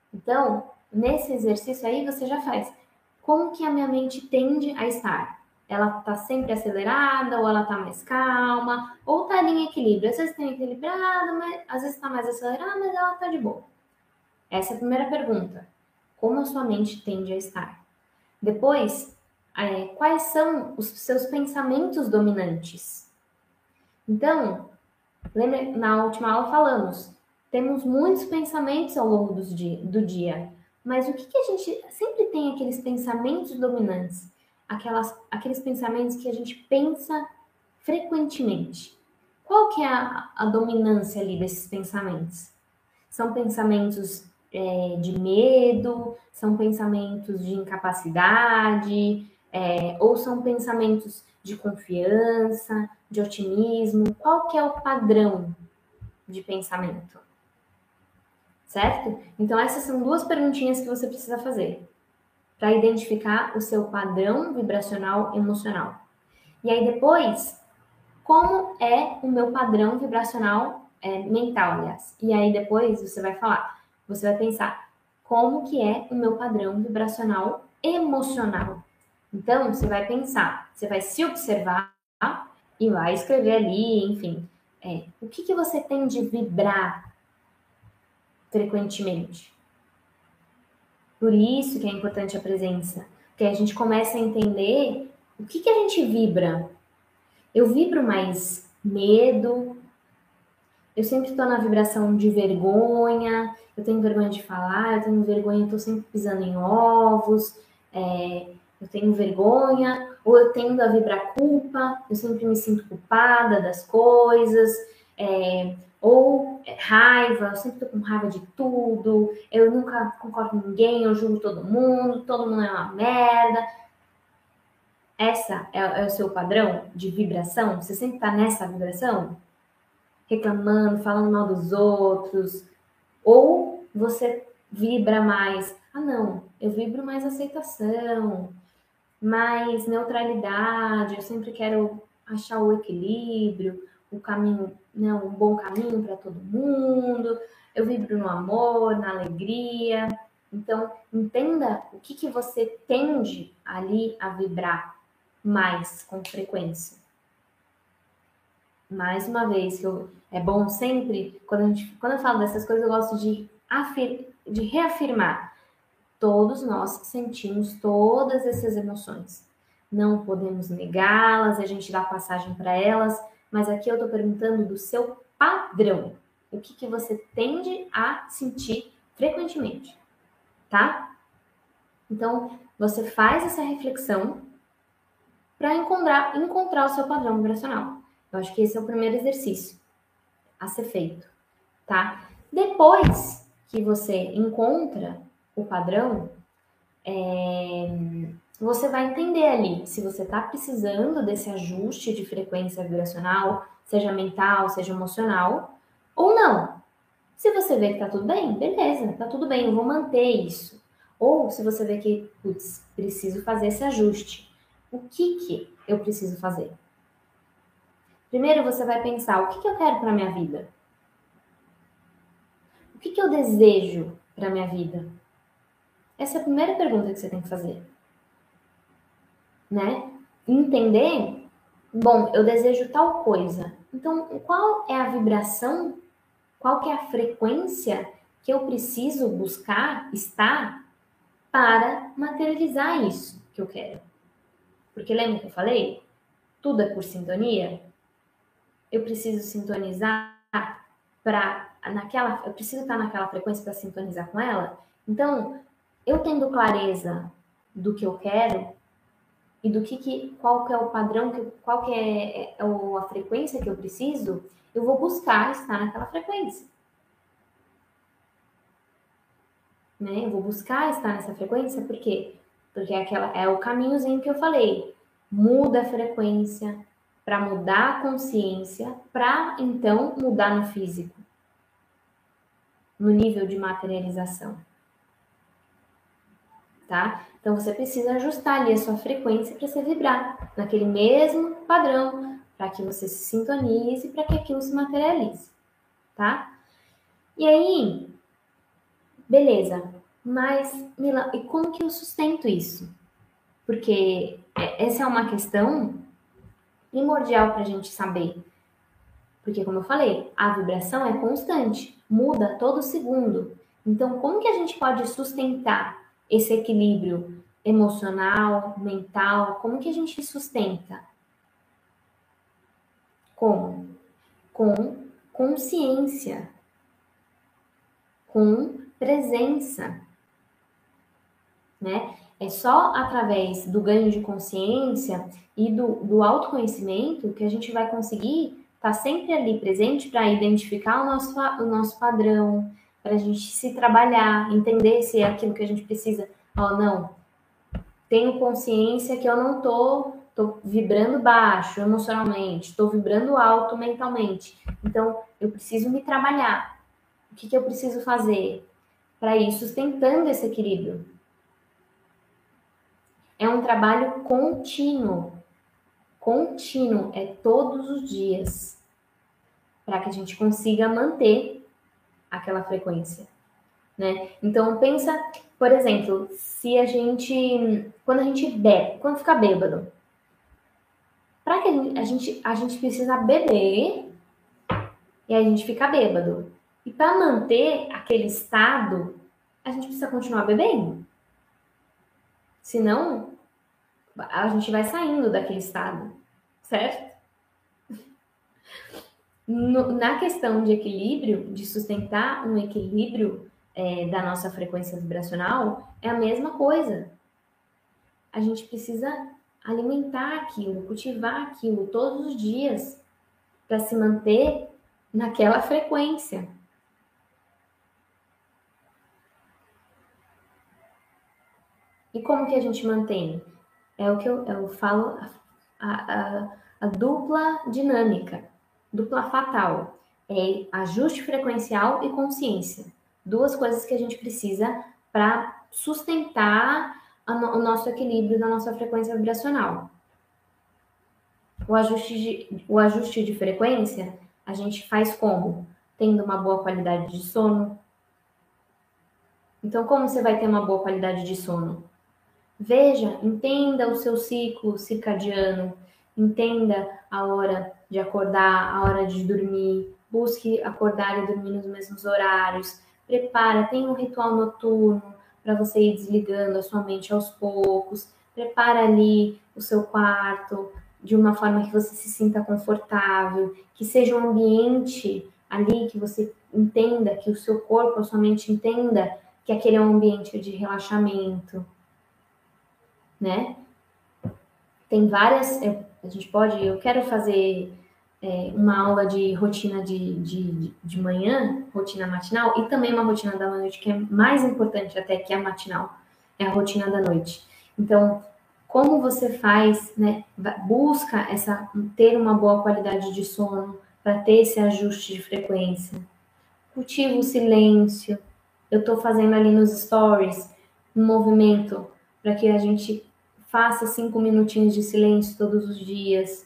S1: Então, nesse exercício aí você já faz. Como que a minha mente tende a estar? ela está sempre acelerada, ou ela está mais calma, ou está em equilíbrio. Às vezes está equilibrada, mas às vezes está mais acelerada, mas ela está de boa. Essa é a primeira pergunta. Como a sua mente tende a estar? Depois, quais são os seus pensamentos dominantes? Então, lembra, na última aula falamos, temos muitos pensamentos ao longo do dia, mas o que a gente sempre tem aqueles pensamentos dominantes? Aqueles pensamentos que a gente pensa frequentemente. Qual que é a dominância ali desses pensamentos? São pensamentos de medo, são pensamentos de incapacidade, ou são pensamentos de confiança, de otimismo? Qual que é o padrão de pensamento? Certo? Então, essas são duas perguntinhas que você precisa fazer para identificar o seu padrão vibracional emocional. E aí, depois, como é o meu padrão vibracional mental, aliás? E aí, depois, você vai falar, você vai pensar, como que é o meu padrão vibracional emocional? Então, você vai pensar, você vai se observar e vai escrever ali, enfim, o que você tem de vibrar frequentemente. Por isso que é importante a presença, porque a gente começa a entender o que a gente vibra. Eu vibro mais medo, eu sempre estou na vibração de vergonha, eu tenho vergonha de falar, eu tenho vergonha, estou sempre pisando em ovos, eu tenho vergonha, ou eu tendo a vibrar culpa, eu sempre me sinto culpada das coisas, ou raiva, eu sempre tô com raiva de tudo, eu nunca concordo com ninguém, eu julgo todo mundo é uma merda. Essa é o seu padrão de vibração? Você sempre tá nessa vibração? Reclamando, falando mal dos outros? Ou você vibra mais, não, eu vibro mais aceitação, mais neutralidade, eu sempre quero achar o equilíbrio, o caminho, né, um bom caminho para todo mundo, eu vibro no amor, na alegria. Então, entenda o que você tende ali a vibrar mais com frequência. Mais uma vez, é bom sempre, quando eu falo dessas coisas, eu gosto de reafirmar. Todos nós sentimos todas essas emoções. Não podemos negá-las, a gente dá passagem para elas, mas aqui eu estou perguntando do seu padrão. O que você tende a sentir frequentemente, tá? Então, você faz essa reflexão para encontrar o seu padrão vibracional. Eu acho que esse é o primeiro exercício a ser feito, tá? Depois que você encontra o padrão, você vai entender ali se você está precisando desse ajuste de frequência vibracional, seja mental, seja emocional, ou não. Se você vê que tá tudo bem, beleza, tá tudo bem, eu vou manter isso. Ou se você vê que, putz, preciso fazer esse ajuste. O que eu preciso fazer? Primeiro você vai pensar, o que eu quero para minha vida? O que eu desejo para minha vida? Essa é a primeira pergunta que você tem que fazer. Né? Entender, bom, eu desejo tal coisa. Então, qual é a vibração, qual que é a frequência que eu preciso buscar estar para materializar isso que eu quero? Porque lembra que eu falei? Tudo é por sintonia. Eu preciso sintonizar eu preciso estar naquela frequência para sintonizar com ela. Então, eu tendo clareza do que eu quero e do qual que é o padrão, qual que é a frequência que eu preciso, eu vou buscar estar naquela frequência. Né? Eu vou buscar estar nessa frequência, por quê? Porque é o caminhozinho que eu falei. Muda a frequência para mudar a consciência, para então mudar no físico, no nível de materialização. Tá? Então você precisa ajustar ali a sua frequência para você vibrar naquele mesmo padrão, para que você se sintonize, para que aquilo se materialize, tá? E aí, beleza. Mas, Mila, e como que eu sustento isso? Porque essa é uma questão primordial para a gente saber. Porque, como eu falei, a vibração é constante, muda todo segundo. Então, como que a gente pode sustentar esse equilíbrio emocional, mental? Como que a gente sustenta? Como? Com consciência, com presença, né? É só através do ganho de consciência e do autoconhecimento que a gente vai conseguir estar sempre ali presente para identificar o nosso padrão, para a gente se trabalhar, entender se é aquilo que a gente precisa. Oh, não, tenho consciência que eu não tô vibrando baixo emocionalmente, estou vibrando alto mentalmente. Então, eu preciso me trabalhar. O que eu preciso fazer para ir sustentando esse equilíbrio? É um trabalho contínuo. Contínuo, é todos os dias, para que a gente consiga manter aquela frequência, né? Então pensa, por exemplo, se a gente, quando a gente bebe, quando fica bêbado, para que a gente precisa beber e a gente fica bêbado. E para manter aquele estado, a gente precisa continuar bebendo. Senão, a gente vai saindo daquele estado, certo? Na questão de equilíbrio, de sustentar um equilíbrio da nossa frequência vibracional, é a mesma coisa. A gente precisa alimentar aquilo, cultivar aquilo todos os dias para se manter naquela frequência. E como que a gente mantém? É o que eu falo, a dupla dinâmica, dupla fatal. É ajuste frequencial e consciência. Duas coisas que a gente precisa para sustentar o nosso equilíbrio da nossa frequência vibracional. O ajuste de frequência a gente faz como? Tendo uma boa qualidade de sono. Então, como você vai ter uma boa qualidade de sono? Veja, entenda o seu ciclo circadiano, entenda a hora de acordar, a hora de dormir, busque acordar e dormir nos mesmos horários, prepara, tenha um ritual noturno para você ir desligando a sua mente aos poucos, prepara ali o seu quarto de uma forma que você se sinta confortável, que seja um ambiente ali que você entenda, que o seu corpo, a sua mente entenda que aquele é um ambiente de relaxamento, né? Tem várias, a gente pode, eu quero fazer uma aula de rotina de manhã, rotina matinal, e também uma rotina da noite, que é mais importante até que a matinal, é a rotina da noite. Então, como você faz, né? Busca ter uma boa qualidade de sono, para ter esse ajuste de frequência. Cultiva o silêncio. Eu estou fazendo ali nos stories um movimento para que a gente faça 5 minutinhos de silêncio todos os dias.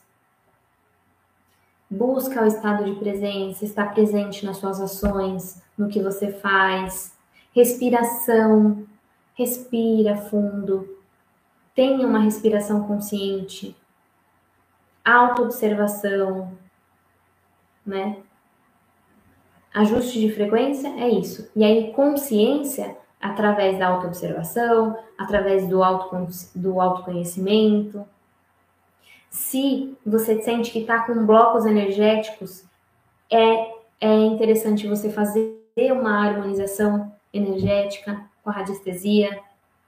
S1: Busca o estado de presença, estar presente nas suas ações, no que você faz. Respiração, respira fundo. Tenha uma respiração consciente. Autoobservação, né? Ajuste de frequência é isso. E aí, consciência, através da autoobservação, através do autoconhecimento. Se você sente que está com blocos energéticos, é interessante você fazer uma harmonização energética com a radiestesia,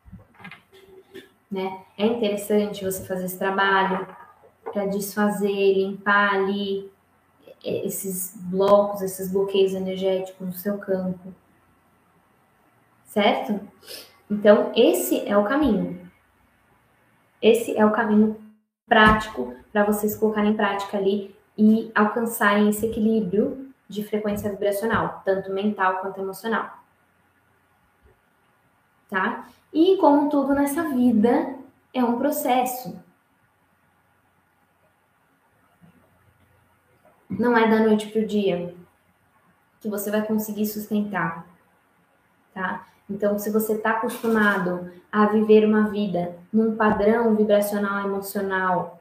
S1: né? É interessante você fazer esse trabalho para desfazer, limpar ali esses blocos, esses bloqueios energéticos no seu campo, certo? Então, esse é o caminho. Esse é o caminho prático para vocês colocarem em prática ali e alcançarem esse equilíbrio de frequência vibracional, tanto mental quanto emocional. Tá? E como tudo nessa vida, é um processo. Não é da noite para o dia que você vai conseguir sustentar, tá? Então, se você está acostumado a viver uma vida num padrão vibracional emocional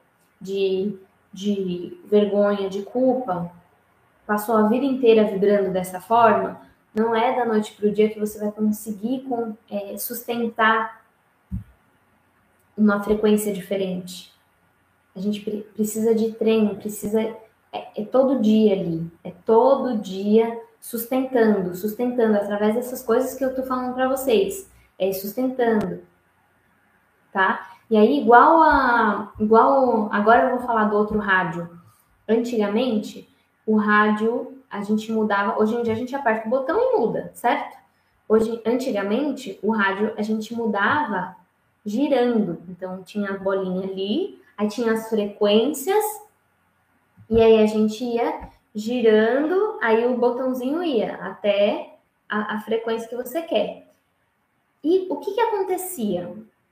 S1: de vergonha, de culpa, passou a vida inteira vibrando dessa forma, não é da noite para o dia que você vai conseguir sustentar uma frequência diferente. A gente precisa de treino, é todo dia ali, é todo dia sustentando através dessas coisas que eu tô falando para vocês, sustentando, tá? E aí igual agora eu vou falar do outro rádio. Antigamente, o rádio a gente mudava, hoje em dia a gente aperta o botão e muda, certo? Antigamente, o rádio a gente mudava girando. Então tinha a bolinha ali, aí tinha as frequências, e aí a gente ia girando, aí o botãozinho ia até a frequência que você quer. E o que acontecia?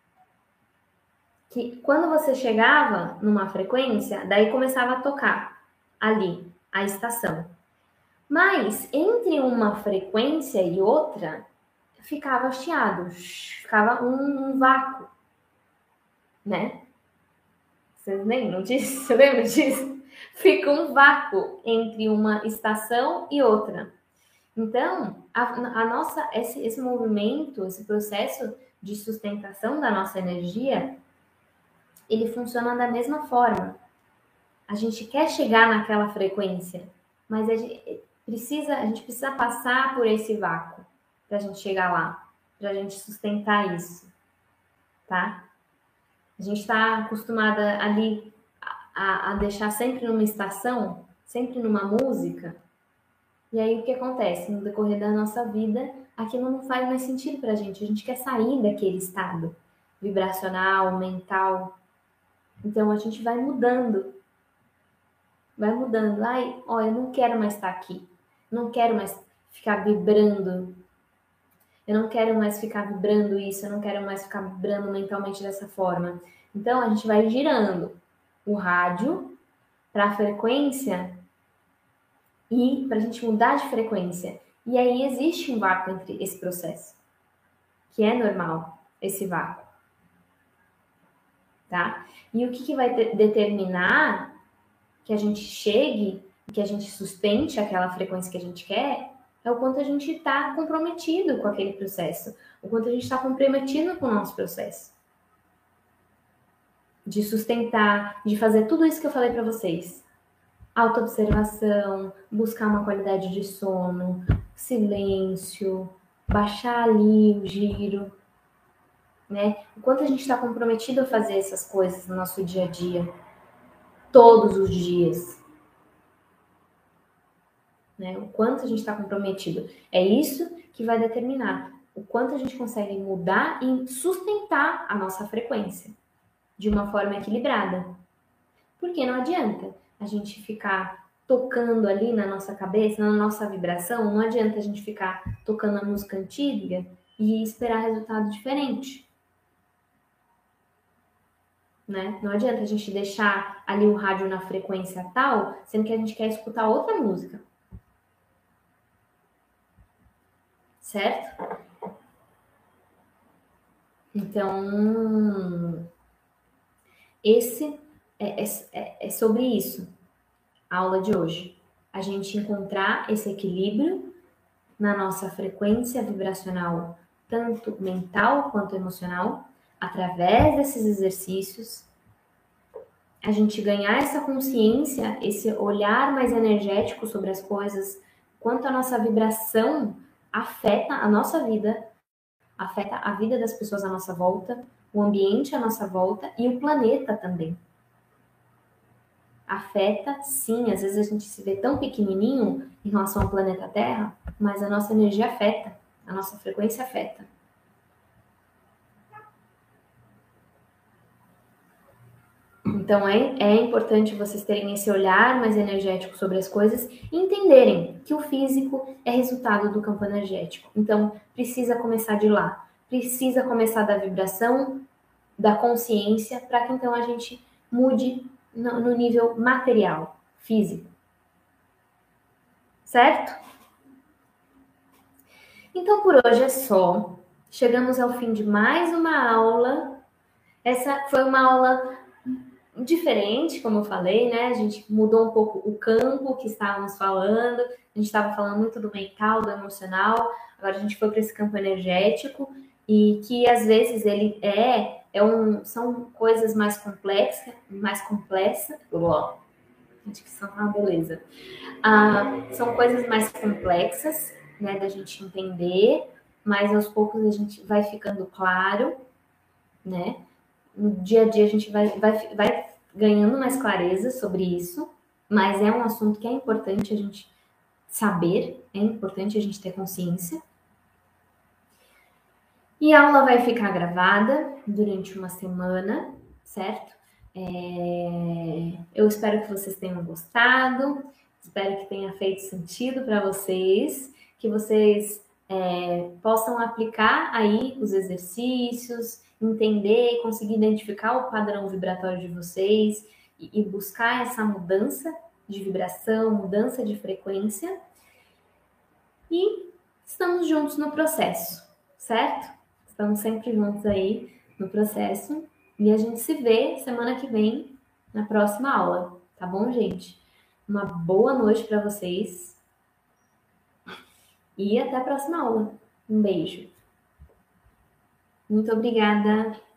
S1: Que quando você chegava numa frequência, daí começava a tocar ali a estação. Mas entre uma frequência e outra, ficava chiado, ficava um vácuo, né? Vocês lembram disso? Você lembra disso? Fica um vácuo entre uma estação e outra. Então, esse movimento, esse processo de sustentação da nossa energia, ele funciona da mesma forma. A gente quer chegar naquela frequência, mas a gente precisa passar por esse vácuo para a gente chegar lá, para a gente sustentar isso, tá? A gente está acostumada ali a deixar sempre numa estação, sempre numa música, e aí o que acontece? No decorrer da nossa vida, aquilo não faz mais sentido para a gente quer sair daquele estado vibracional, mental. Então a gente vai mudando. Ai, eu não quero mais estar aqui. Não quero mais ficar vibrando. Eu não quero mais ficar vibrando isso. Eu não quero mais ficar vibrando mentalmente dessa forma. Então a gente vai girando o rádio para a frequência e para a gente mudar de frequência. E aí existe um vácuo entre esse processo, que é normal, esse vácuo. Tá? E o que vai determinar que a gente chegue, que a gente sustente aquela frequência que a gente quer, é o quanto a gente está comprometido com aquele processo, o quanto a gente está comprometido com o nosso processo. De sustentar, de fazer tudo isso que eu falei para vocês. Autoobservação, buscar uma qualidade de sono, silêncio, baixar ali o giro, né? O quanto a gente está comprometido a fazer essas coisas no nosso dia a dia, todos os dias. Né? O quanto a gente está comprometido. É isso que vai determinar o quanto a gente consegue mudar e sustentar a nossa frequência de uma forma equilibrada. Porque não adianta a gente ficar tocando ali na nossa cabeça, na nossa vibração, não adianta a gente ficar tocando a música antiga e esperar resultado diferente. Né? Não adianta a gente deixar ali o rádio na frequência tal, sendo que a gente quer escutar outra música. Certo? Então, esse é sobre isso, a aula de hoje. A gente encontrar esse equilíbrio na nossa frequência vibracional, tanto mental quanto emocional, através desses exercícios, a gente ganhar essa consciência, esse olhar mais energético sobre as coisas, quanto a nossa vibração afeta a nossa vida, afeta a vida das pessoas à nossa volta, o ambiente à nossa volta e o planeta também. Afeta, sim, às vezes a gente se vê tão pequenininho em relação ao planeta Terra, mas a nossa energia afeta, a nossa frequência afeta. Então é importante vocês terem esse olhar mais energético sobre as coisas e entenderem que o físico é resultado do campo energético. Então precisa começar de lá, precisa começar da vibração, da consciência, para que então a gente mude no nível material, físico. Certo? Então por hoje é só. Chegamos ao fim de mais uma aula. Essa foi uma aula diferente, como eu falei, né? A gente mudou um pouco o campo que estávamos falando. A gente estava falando muito do mental, do emocional. Agora a gente foi para esse campo energético e que às vezes ele são coisas mais complexas, Acho que são uma beleza. São coisas mais complexas, né, da gente entender, mas aos poucos a gente vai ficando claro, né? No dia a dia a gente vai ganhando mais clareza sobre isso, mas é um assunto que é importante a gente saber, é importante a gente ter consciência. E a aula vai ficar gravada durante uma semana, certo? Eu espero que vocês tenham gostado, espero que tenha feito sentido para vocês, que vocês possam aplicar aí os exercícios, entender e conseguir identificar o padrão vibratório de vocês e buscar essa mudança de vibração, mudança de frequência. E estamos juntos no processo, certo? Estamos sempre juntos aí no processo. E a gente se vê semana que vem na próxima aula, tá bom, gente? Uma boa noite para vocês e até a próxima aula. Um beijo. Muito obrigada.